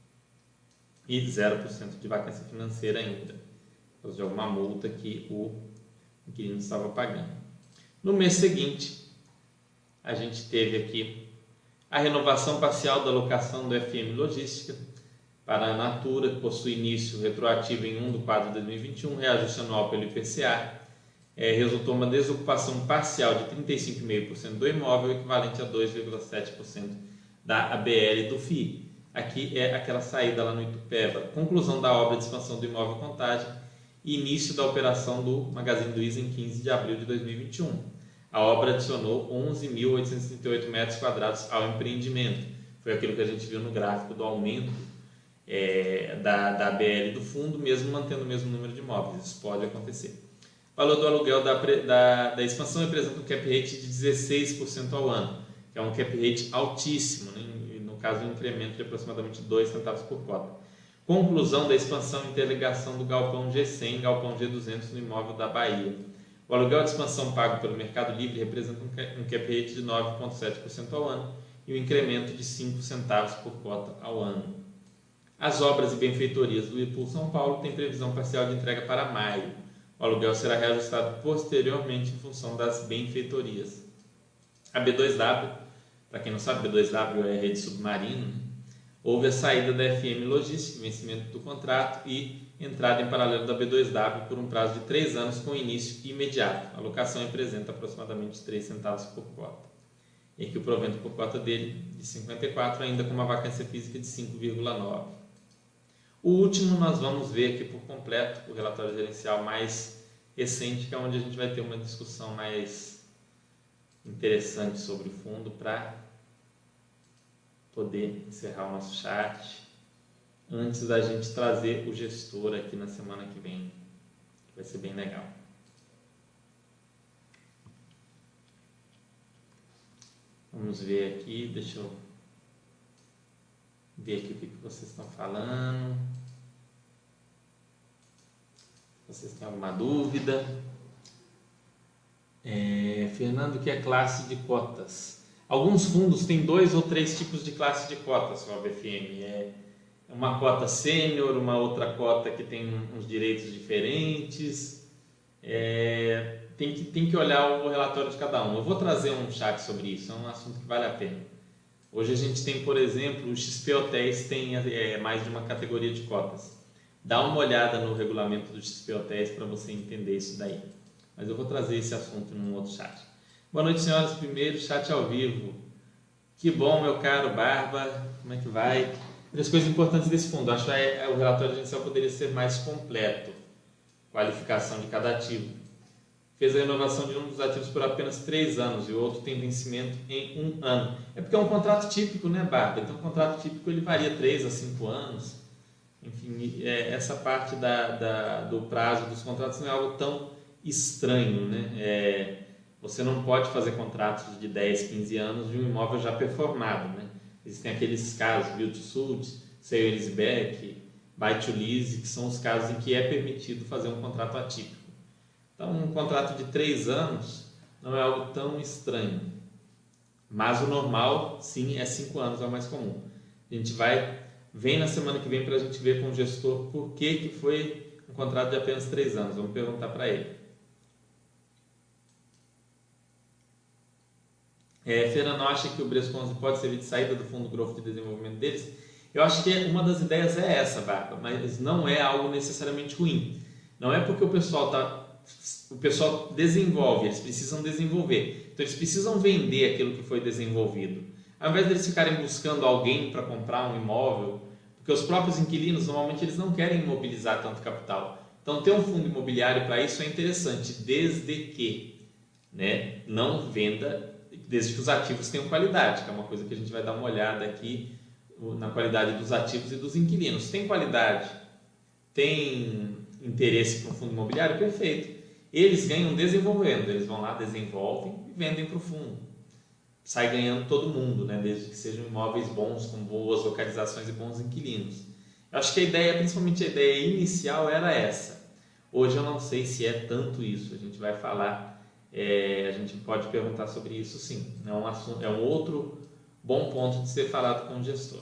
e zero por cento de vacância financeira ainda, por causa de alguma multa que o inquilino estava pagando. No mês seguinte, a gente teve aqui a renovação parcial da locação do F M Logística para a Natura, que possui início retroativo em primeiro de quatro de dois mil e vinte e um, reajuste anual pelo I P C A, é, resultou uma desocupação parcial de trinta e cinco vírgula cinco por cento do imóvel, equivalente a dois vírgula sete por cento da A B L do F I I. Aqui é aquela saída lá no Itupeva. Conclusão da obra de expansão do imóvel Contagem e início da operação do Magazine Luiza em quinze de abril de dois mil e vinte e um. A obra adicionou onze mil oitocentos e trinta e oito metros quadrados ao empreendimento. Foi aquilo que a gente viu no gráfico do aumento é, da, da A B L do fundo, mesmo mantendo o mesmo número de imóveis. Isso pode acontecer. O valor do aluguel da, da, da expansão representa um cap rate de dezesseis por cento ao ano, que é um cap rate altíssimo, né? No caso, um incremento de aproximadamente dois centavos por cota. Conclusão da expansão e interligação do galpão G cem e galpão G duzentos no imóvel da Bahia. O aluguel de expansão pago pelo Mercado Livre representa um cap rate de nove vírgula sete por cento ao ano e um incremento de cinco centavos por cota ao ano. As obras e benfeitorias do Whirlpool São Paulo têm previsão parcial de entrega para maio. O aluguel será reajustado posteriormente em função das benfeitorias. A B dois W, para quem não sabe, B dois W é rede submarina, houve a saída da F M Logística, vencimento do contrato e entrada em paralelo da B dois W por um prazo de três anos com início imediato. A alocação representa aproximadamente três centavos por cota. E aqui o provento por cota dele de cinquenta e quatro, ainda com uma vacância física de cinco vírgula nove. O último nós vamos ver aqui por completo, o relatório gerencial mais recente, que é onde a gente vai ter uma discussão mais interessante sobre o fundo para poder encerrar o nosso chat antes da gente trazer o gestor aqui na semana que vem. Vai ser bem legal. Vamos ver aqui, deixa eu ver aqui o que vocês estão falando. Se vocês têm alguma dúvida. É, Fernando, que é classe de cotas? Alguns fundos têm dois ou três tipos de classe de cotas, o A B F M. É uma cota sênior, uma outra cota que tem uns direitos diferentes. É, tem, que, tem que olhar o relatório de cada um. Eu vou trazer um chat sobre isso, é um assunto que vale a pena. Hoje a gente tem, por exemplo, o X P Hotéis tem é, mais de uma categoria de cotas. Dá uma olhada no regulamento do X P Hotéis para você entender isso daí. Mas eu vou trazer esse assunto num outro chat. Boa noite, senhoras. Primeiro, chat ao vivo. Que bom, meu caro Barba. Como é que vai? Três coisas importantes desse fundo. Acho que é, o relatório gerencial poderia ser mais completo. Qualificação de cada ativo. Fez a renovação de um dos ativos por apenas três anos e o outro tem vencimento em um ano. É porque é um contrato típico, né, Barba? Então, o contrato típico ele varia três a cinco anos. Enfim, é, essa parte da, da, do prazo dos contratos não é algo tão estranho, né? É, você não pode fazer contratos de dez, quinze anos de um imóvel já performado, né? Existem aqueles casos, build to suit, sale and leaseback, buy to lease, que são os casos em que é permitido fazer um contrato atípico. Então, um contrato de três anos não é algo tão estranho. Mas o normal, sim, é cinco anos, é o mais comum. A gente vai, vem na semana que vem para a gente ver com o gestor por que, que foi um contrato de apenas três anos. Vamos perguntar para ele. É, Fernando acha que o Bresco onze pode servir de saída do Fundo Growth de desenvolvimento deles? Eu acho que uma das ideias é essa, Barba, mas não é algo necessariamente ruim. Não é porque o pessoal tá, o pessoal desenvolve, eles precisam desenvolver. Então eles precisam vender aquilo que foi desenvolvido. Ao invés deles ficarem buscando alguém para comprar um imóvel, porque os próprios inquilinos normalmente eles não querem imobilizar tanto capital. Então ter um fundo imobiliário para isso é interessante, desde que, né, não venda, desde que os ativos tenham qualidade, que é uma coisa que a gente vai dar uma olhada aqui na qualidade dos ativos e dos inquilinos. Tem qualidade, tem interesse para um fundo imobiliário, perfeito. Eles ganham desenvolvendo, eles vão lá, desenvolvem e vendem para o fundo. Sai ganhando todo mundo, né? Desde que sejam imóveis bons, com boas localizações e bons inquilinos. Eu acho que a ideia, principalmente a ideia inicial, era essa. Hoje eu não sei se é tanto isso, a gente vai falar. É, a gente pode perguntar sobre isso, sim. É um, assunto, é um outro bom ponto de ser falado com o gestor.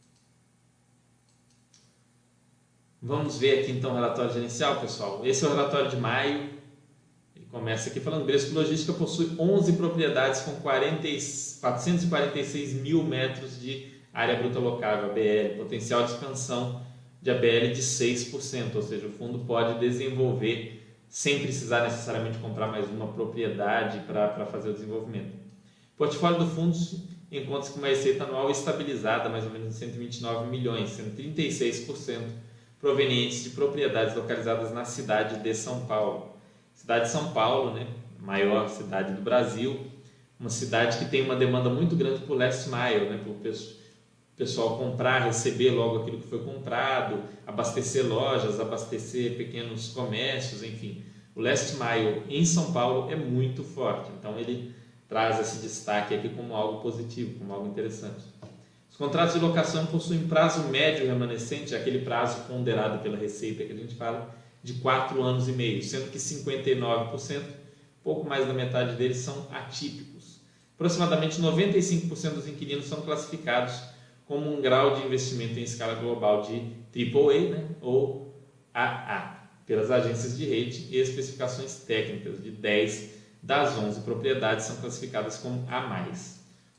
Vamos ver aqui então o relatório gerencial, pessoal. Esse é o relatório de maio. Ele começa aqui falando: Bresco Logística possui onze propriedades com quatrocentos e quarenta e seis mil metros de área bruta locável, A B L, potencial de expansão de A B L de seis por cento, ou seja, o fundo pode desenvolver sem precisar necessariamente comprar mais uma propriedade para fazer o desenvolvimento. O portfólio do fundo encontra-se com uma receita anual estabilizada, mais ou menos em cento e vinte e nove milhões, sendo trinta e seis por cento provenientes de propriedades localizadas na cidade de São Paulo. Cidade de São Paulo, né, maior cidade do Brasil, uma cidade que tem uma demanda muito grande por last mile, né, por pessoal comprar, receber logo aquilo que foi comprado, abastecer lojas, abastecer pequenos comércios, enfim. O last mile em São Paulo é muito forte, então ele traz esse destaque aqui como algo positivo, como algo interessante. Os contratos de locação possuem prazo médio remanescente, aquele prazo ponderado pela Receita que a gente fala, de quatro anos e meio, sendo que cinquenta e nove por cento, pouco mais da metade deles, são atípicos. Aproximadamente noventa e cinco por cento dos inquilinos são classificados como um grau de investimento em escala global de triplo A, né, ou A A, pelas agências de rating, e especificações técnicas de dez das onze propriedades são classificadas como A mais. O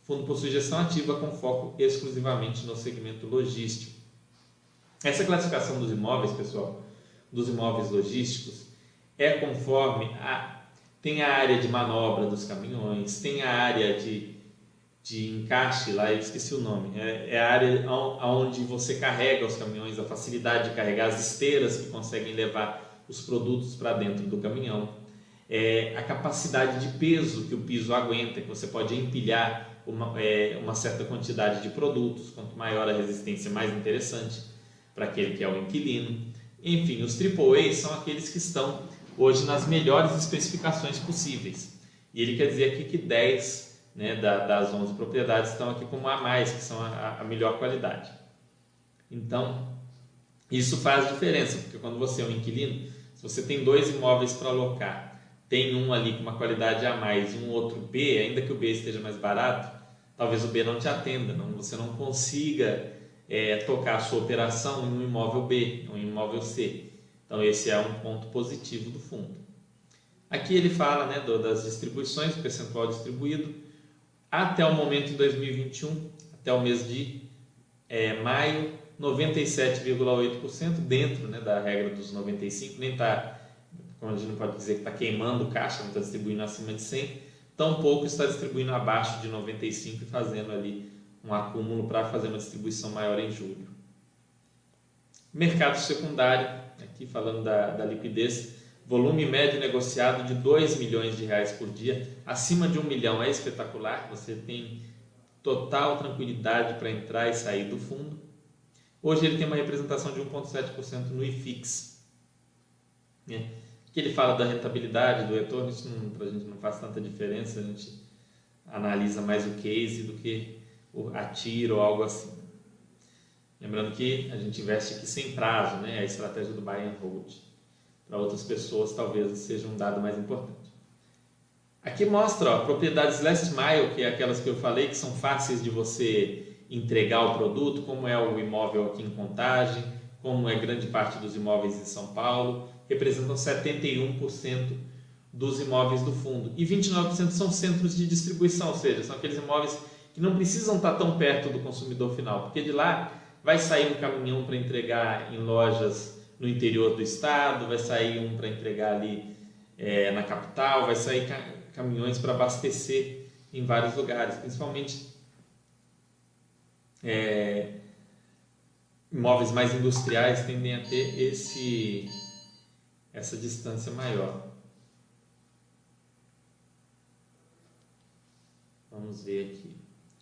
fundo possui gestão ativa com foco exclusivamente no segmento logístico. Essa classificação dos imóveis, pessoal, dos imóveis logísticos, é conforme a, tem a área de manobra dos caminhões, tem a área de, de encaixe, lá eu esqueci o nome, é, é a área onde você carrega os caminhões, a facilidade de carregar as esteiras que conseguem levar os produtos para dentro do caminhão, é, a capacidade de peso que o piso aguenta, que você pode empilhar uma, é, uma certa quantidade de produtos, quanto maior a resistência, mais interessante para aquele que é o inquilino. Enfim, os triplo A são aqueles que estão hoje nas melhores especificações possíveis. E ele quer dizer aqui que dez, né, das onze propriedades estão aqui como a mais, que são a, a melhor qualidade. Então, isso faz diferença, porque quando você é um inquilino, se você tem dois imóveis para alocar, tem um ali com uma qualidade a mais e um outro B, ainda que o B esteja mais barato, talvez o B não te atenda, não, você não consiga É, tocar a sua operação em um imóvel B, um imóvel C. Então esse é um ponto positivo do fundo. Aqui ele fala, né, do, das distribuições, o percentual distribuído, até o momento em dois mil e vinte e um, até o mês de é, maio, noventa e sete vírgula oito por cento dentro, né, da regra dos noventa e cinco por cento, nem está, como a gente não pode dizer que está queimando caixa, não está distribuindo acima de cem por cento, tampouco está distribuindo abaixo de noventa e cinco por cento e fazendo ali um acúmulo para fazer uma distribuição maior em julho. Mercado secundário, aqui falando da, da liquidez, volume médio negociado de dois milhões de reais por dia, acima de um milhão é espetacular, você tem total tranquilidade para entrar e sair do fundo. Hoje ele tem uma representação de um vírgula sete por cento no I F I X. Né? Aqui ele fala da rentabilidade, do retorno, isso para a gente não faz tanta diferença, a gente analisa mais o case do que a tiro ou algo assim. Lembrando que a gente investe aqui sem prazo, né? A estratégia do buy and hold. Para outras pessoas talvez seja um dado mais importante. Aqui mostra, ó, propriedades last mile, que é aquelas que eu falei que são fáceis de você entregar o produto, como é o imóvel aqui em Contagem, como é grande parte dos imóveis em São Paulo, representam setenta e um por cento dos imóveis do fundo e vinte e nove por cento são centros de distribuição, ou seja, são aqueles imóveis que não precisam estar tão perto do consumidor final, porque de lá vai sair um caminhão para entregar em lojas no interior do estado, vai sair um para entregar ali é, na capital, vai sair ca caminhões para abastecer em vários lugares, principalmente é, imóveis mais industriais tendem a ter esse, essa distância maior. Vamos ver aqui.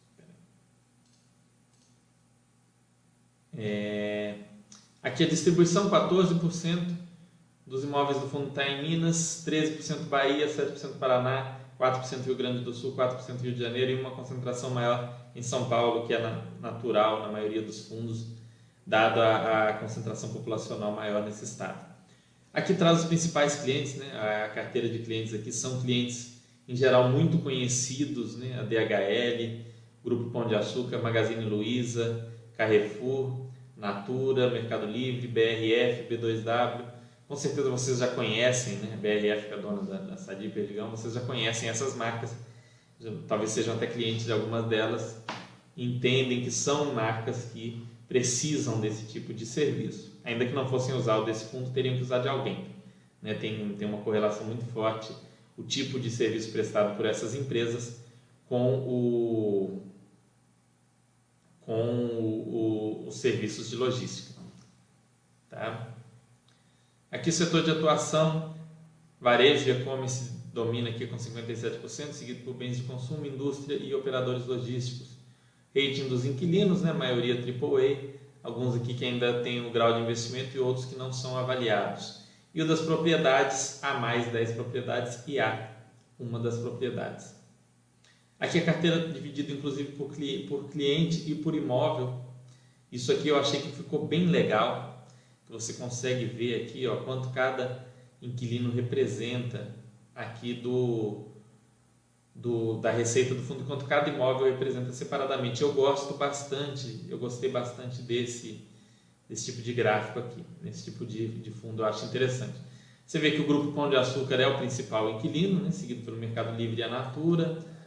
É, aqui a distribuição, quatorze por cento dos imóveis do fundo está em Minas, treze por cento Bahia, sete por cento Paraná, quatro por cento Rio Grande do Sul, quatro por cento Rio de Janeiro e uma concentração maior em São Paulo, que é na, natural na maioria dos fundos, dada a, a concentração populacional maior nesse estado. Aqui traz os principais clientes, né? A carteira de clientes aqui são clientes em geral muito conhecidos, né? A D H L, Grupo Pão de Açúcar, Magazine Luiza, Carrefour, Natura, Mercado Livre, B R F, B dois W. Com certeza vocês já conhecem, né? B R F, que é a dona da, da Sadia Perdigão, vocês já conhecem essas marcas, já, talvez sejam até clientes de algumas delas, entendem que são marcas que precisam desse tipo de serviço. Ainda que não fossem usar o desse fundo, teriam que usar de alguém. Né? Tem, tem uma correlação muito forte o tipo de serviço prestado por essas empresas com o com o, o, os serviços de logística. Tá? Aqui o setor de atuação, varejo e e-commerce domina aqui com cinquenta e sete por cento, seguido por bens de consumo, indústria e operadores logísticos. Rating dos inquilinos, né? Maioria triplo A, alguns aqui que ainda têm o grau de investimento e outros que não são avaliados. E o das propriedades, A mais dez propriedades e A, uma das propriedades. Aqui a carteira dividida inclusive por, cli por cliente e por imóvel. Isso aqui eu achei que ficou bem legal. Você consegue ver aqui, ó, quanto cada inquilino representa aqui do, do, da receita do fundo, quanto cada imóvel representa separadamente. Eu gosto bastante, eu gostei bastante desse, desse tipo de gráfico aqui, nesse tipo de, de fundo, eu acho interessante. Você vê que o Grupo Pão de Açúcar é o principal inquilino, né, seguido pelo Mercado Livre e a Natura.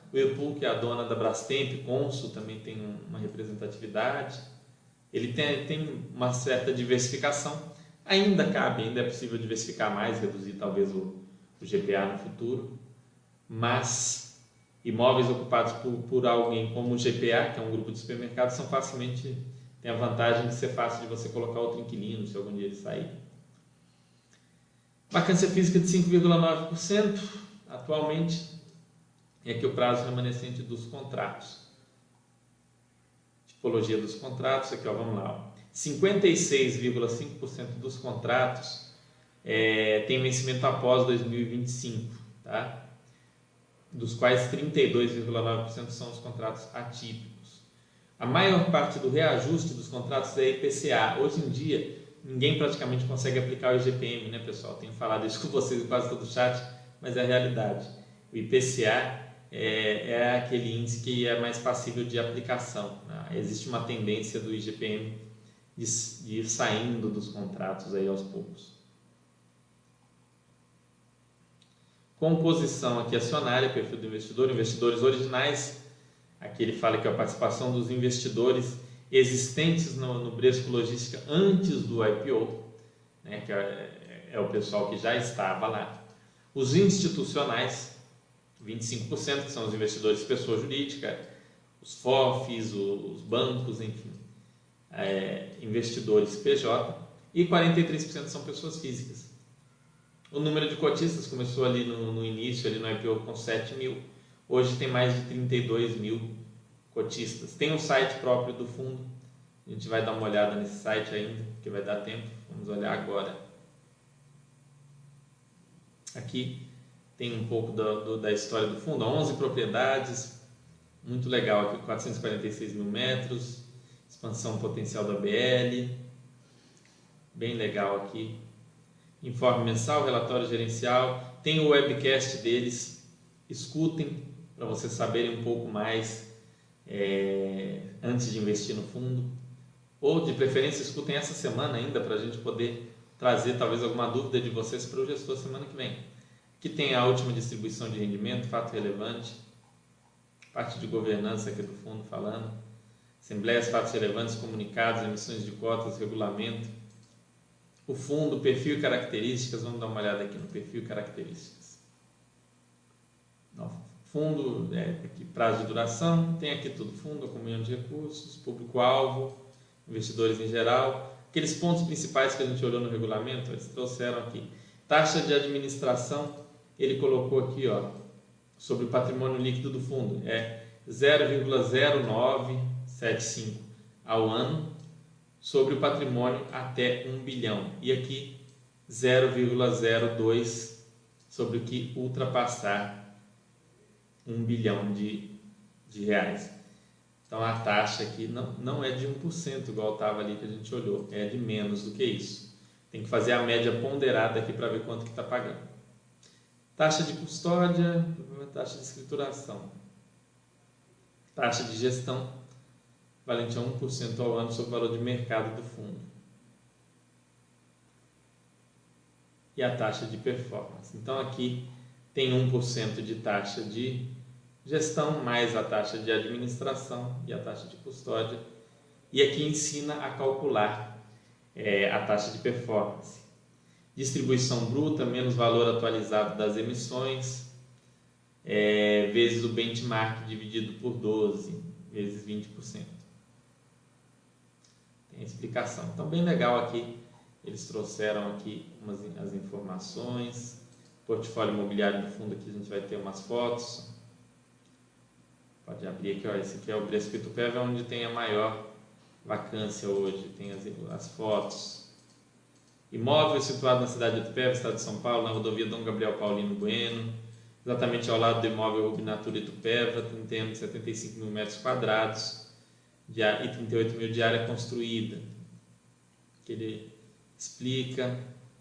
Whirlpool, que é a dona da Brastemp, Consul, também tem uma representatividade. Ele tem, tem uma certa diversificação. Ainda cabe, ainda é possível diversificar mais, reduzir talvez o, o G P A no futuro. Mas imóveis ocupados por, por alguém como o G P A, que é um grupo de supermercados, são facilmente, tem a vantagem de ser fácil de você colocar outro inquilino, se algum dia ele sair. Vacância física de cinco vírgula nove por cento atualmente. E aqui o prazo remanescente dos contratos. Tipologia dos contratos, aqui ó, vamos lá. Ó. cinquenta e seis vírgula cinco por cento dos contratos é, tem vencimento após dois mil e vinte e cinco, tá? Dos quais trinta e dois vírgula nove por cento são os contratos atípicos. A maior parte do reajuste dos contratos é I P C A. Hoje em dia, ninguém praticamente consegue aplicar o I G P M, né, pessoal? Tenho falado isso com vocês em quase todo o chat, mas é a realidade. O I P C A é, é aquele índice que é mais passível de aplicação, né? Existe uma tendência do I G P M de, de ir saindo dos contratos aí aos poucos. Composição aqui acionária, perfil do investidor, investidores originais. Aqui ele fala que a participação dos investidores existentes no, no Bradesco Logística antes do I P O, né, que é, é o pessoal que já estava lá. Os institucionais, vinte e cinco por cento, que são os investidores pessoa jurídica, os F O Fs, os bancos, enfim, é, investidores P J, e quarenta e três por cento são pessoas físicas. O número de cotistas começou ali no, no início, ali no I P O com sete mil, hoje tem mais de trinta e dois mil cotistas. Tem um site próprio do fundo, a gente vai dar uma olhada nesse site ainda, porque vai dar tempo, vamos olhar agora. Aqui tem um pouco do, do, da história do fundo, onze propriedades, muito legal aqui, quatrocentos e quarenta e seis mil metros, expansão potencial da B L, bem legal aqui. Informe mensal, relatório gerencial, tem o webcast deles, escutem para vocês saberem um pouco mais é, antes de investir no fundo, ou de preferência escutem essa semana ainda para a gente poder trazer talvez alguma dúvida de vocês para o gestor semana que vem. Aqui tem a última distribuição de rendimento, fato relevante, parte de governança aqui do fundo falando, assembleias, fatos relevantes, comunicados, emissões de cotas, regulamento, o fundo, perfil e características. Vamos dar uma olhada aqui no perfil e características. No fundo, é, aqui, prazo de duração, tem aqui tudo, fundo, comunhão de recursos, público-alvo, investidores em geral, aqueles pontos principais que a gente olhou no regulamento, eles trouxeram aqui. Taxa de administração, ele colocou aqui, ó, sobre o patrimônio líquido do fundo, é zero vírgula zero nove sete cinco ao ano, sobre o patrimônio até um bilhão. E aqui zero vírgula zero dois sobre o que ultrapassar um bilhão de, de reais. Então a taxa aqui não, não é de um por cento igual estava ali que a gente olhou, é de menos do que isso. Tem que fazer a média ponderada aqui para ver quanto que está pagando. Taxa de custódia, taxa de escrituração. Taxa de gestão, valente a um por cento ao ano sobre o valor de mercado do fundo. E a taxa de performance. Então aqui tem um por cento de taxa de gestão, mais a taxa de administração e a taxa de custódia. E aqui ensina a calcular é, a taxa de performance. Distribuição bruta menos valor atualizado das emissões, é, vezes o benchmark dividido por doze, vezes vinte por cento. Tem a explicação. Então, bem legal aqui, eles trouxeram aqui umas, as informações. Portfólio imobiliário do fundo, aqui a gente vai ter umas fotos. Pode abrir aqui, ó, esse aqui é o Bradesco Itupeva, é onde tem a maior vacância hoje, tem as, as fotos. Imóvel situado na cidade de Itupeva, estado de São Paulo, na rodovia Dom Gabriel Paulino Bueno, exatamente ao lado do imóvel Rubinatura Itupeva, tendo setenta e cinco mil metros quadrados de, e trinta e oito mil de área construída, que ele explica.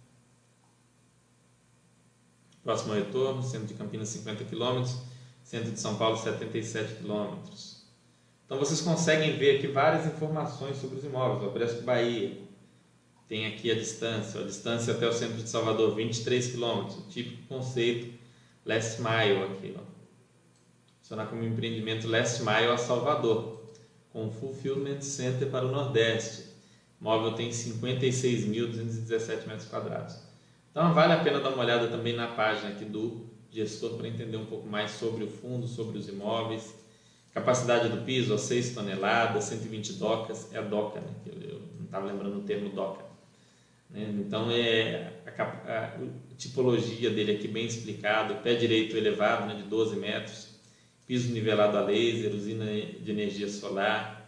Próximo ao retorno, centro de Campinas cinquenta quilômetros, centro de São Paulo setenta e sete quilômetros. Então vocês conseguem ver aqui várias informações sobre os imóveis. O Bradesco Bahia tem aqui a distância, a distância até o centro de Salvador, vinte e três quilômetros, o típico conceito last mile aqui, ó. funcionar como empreendimento last mile a Salvador, com fulfillment center para o Nordeste. O imóvel tem cinquenta e seis mil duzentos e dezessete metros quadrados. Então vale a pena dar uma olhada também na página aqui do gestor para entender um pouco mais sobre o fundo, sobre os imóveis. Capacidade do piso, ó, seis toneladas, cento e vinte docas, é a doca, né? Eu não estava lembrando o termo doca. Né? Então é a, a, a tipologia dele aqui bem explicado, pé direito elevado, né, de doze metros, piso nivelado a laser, usina de energia solar.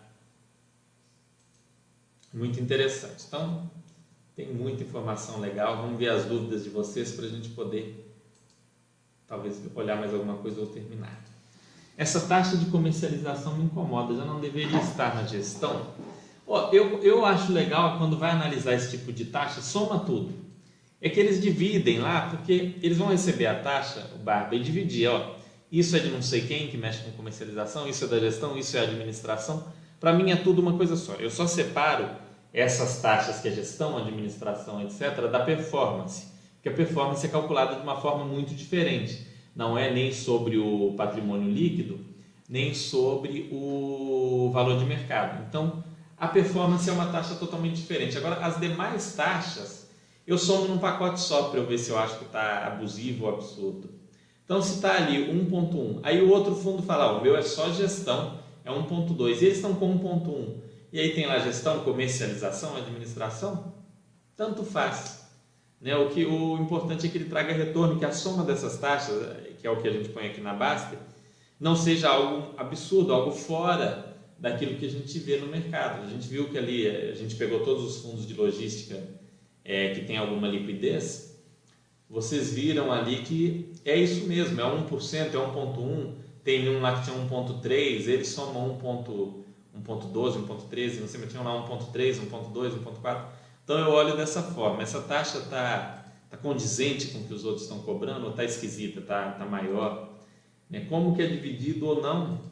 Muito interessante. Então, tem muita informação legal. Vamos ver as dúvidas de vocês para a gente poder, talvez, olhar mais alguma coisa ou terminar. Essa taxa de comercialização me incomoda, já não deveria estar na gestão. Ó, eu, eu acho legal quando vai analisar esse tipo de taxa, soma tudo. É que eles dividem lá, porque eles vão receber a taxa, o Barba, e dividir. Ó, isso é de não sei quem que mexe com comercialização, isso é da gestão, isso é administração. Para mim é tudo uma coisa só. Eu só separo essas taxas que é gestão, administração, etcétera, da performance. Porque a performance é calculada de uma forma muito diferente. Não é nem sobre o patrimônio líquido, nem sobre o valor de mercado. Então, a performance é uma taxa totalmente diferente. Agora, as demais taxas, eu somo num pacote só para eu ver se eu acho que está abusivo ou absurdo. Então, se está ali um ponto um, aí o outro fundo fala, oh, o meu é só gestão, é um ponto dois, e eles estão com um ponto um. E aí tem lá gestão, comercialização, administração, tanto faz. Né? O, que, o importante é que ele traga retorno, que a soma dessas taxas, que é o que a gente põe aqui na Baster, não seja algo absurdo, algo fora daquilo que a gente vê no mercado. A gente viu que ali, a gente pegou todos os fundos de logística é, que tem alguma liquidez, vocês viram ali que é isso mesmo, é um por cento, é um ponto um, tem um lá que tinha um ponto três, eles somam um ponto doze, um ponto treze, não sei, mas tinham lá um ponto três, um ponto dois, um ponto quatro. Então eu olho dessa forma, essa taxa está tá condizente com o que os outros estão cobrando ou está esquisita, está tá maior? Né? Como que é dividido ou não,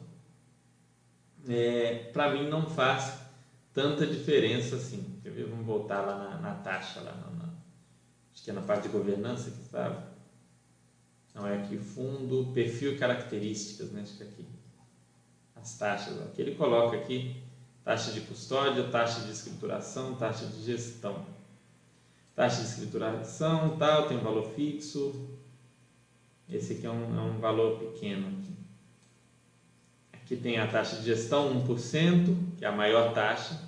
é, para mim não faz tanta diferença assim. Quer ver? Vamos voltar lá na, na taxa, lá na, na, acho que é na parte de governança que estava. Não, é aqui fundo, perfil e características, né? Acho que é aqui. As taxas, ó, que ele coloca aqui. Taxa de custódia, taxa de escrituração, taxa de gestão. Taxa de escrituração, tal, tem um valor fixo. Esse aqui é um, é um valor pequeno. Aqui. aqui tem a taxa de gestão, um por cento, que é a maior taxa.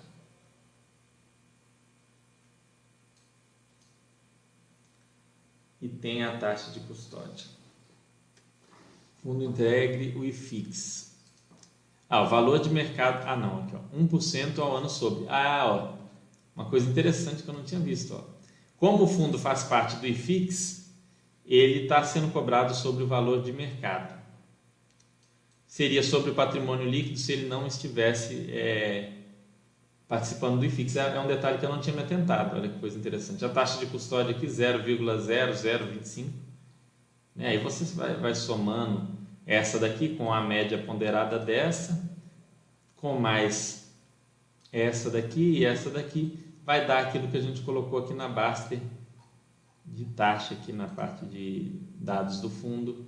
E tem a taxa de custódia. Fundo Integre, o I F I X. Ah, o valor de mercado... Ah, não, aqui, ó, um por cento ao ano sobre. Ah, ó, uma coisa interessante que eu não tinha visto. Ó. Como o fundo faz parte do I F I X, ele está sendo cobrado sobre o valor de mercado. Seria sobre o patrimônio líquido se ele não estivesse é, participando do I F I X. É um detalhe que eu não tinha me atentado. Olha que coisa interessante. A taxa de custódia aqui, zero vírgula zero zero vinte e cinco. Aí você vai, vai somando essa daqui com a média ponderada dessa, com mais essa daqui e essa daqui, vai dar aquilo que a gente colocou aqui na Baster de taxa, aqui na parte de dados do fundo,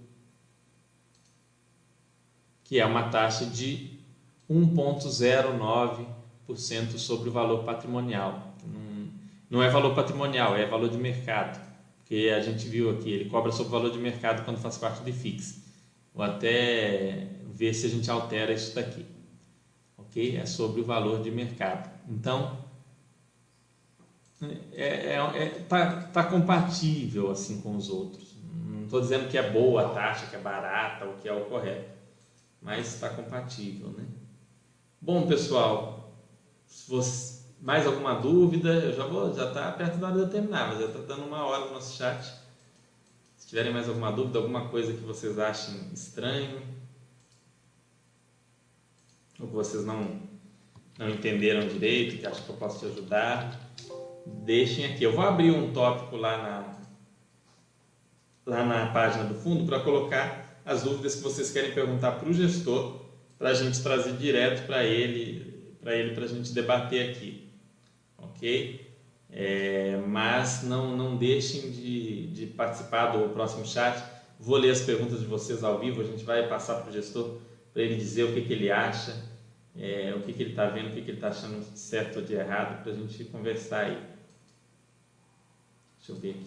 que é uma taxa de um vírgula zero nove por cento sobre o valor patrimonial. Não, não é valor patrimonial, é valor de mercado, porque a gente viu aqui, ele cobra sobre o valor de mercado quando faz parte do I F I X. Vou até ver se a gente altera isso daqui, ok? É sobre o valor de mercado. Então, é, é, é, tá, tá compatível assim com os outros. Não estou dizendo que é boa a taxa, que é barata ou que é o correto, mas está compatível, né? Bom, pessoal, se você, mais alguma dúvida, eu já vou, já está perto da hora de eu terminar, mas já está dando uma hora no nosso chat. Se tiverem mais alguma dúvida, alguma coisa que vocês achem estranho, ou que vocês não, não entenderam direito, que acham que eu posso te ajudar, deixem aqui. Eu vou abrir um tópico lá na, lá na página do fundo para colocar as dúvidas que vocês querem perguntar para o gestor, para a gente trazer direto para ele, para ele, para a gente debater aqui, ok? É, mas não, não deixem de, de participar do próximo chat. Vou ler as perguntas de vocês ao vivo, a gente vai passar para o gestor para ele dizer o que, que ele acha, é, o que, que ele está vendo, o que, que ele está achando certo ou de errado, para a gente conversar aí. Deixa eu ver aqui.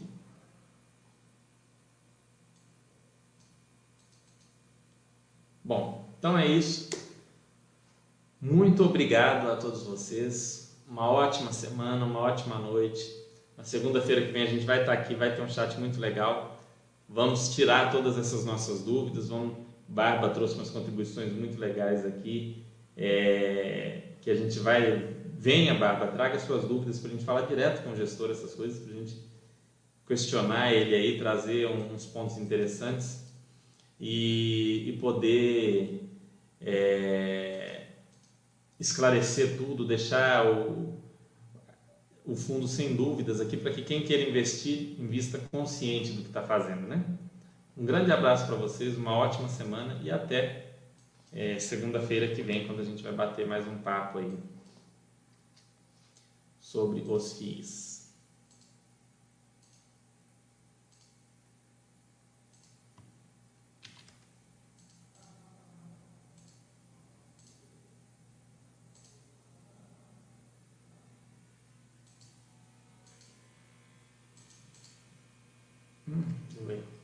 Bom, então é isso. Muito obrigado a todos vocês. Uma ótima semana, uma ótima noite. Na segunda-feira que vem a gente vai estar aqui, vai ter um chat muito legal. Vamos tirar todas essas nossas dúvidas. Vamos... Barba trouxe umas contribuições muito legais aqui. É... Que a gente vai... Venha, Barba, traga suas dúvidas para a gente falar direto com o gestor, essas coisas, para a gente questionar ele aí, trazer uns pontos interessantes e, e poder é, esclarecer tudo, deixar o, o fundo sem dúvidas aqui para que quem queira investir, invista consciente do que está fazendo, né? Um grande abraço para vocês, uma ótima semana e até é, segunda-feira que vem, quando a gente vai bater mais um papo aí sobre os F I Is. Hum, deixa eu ver.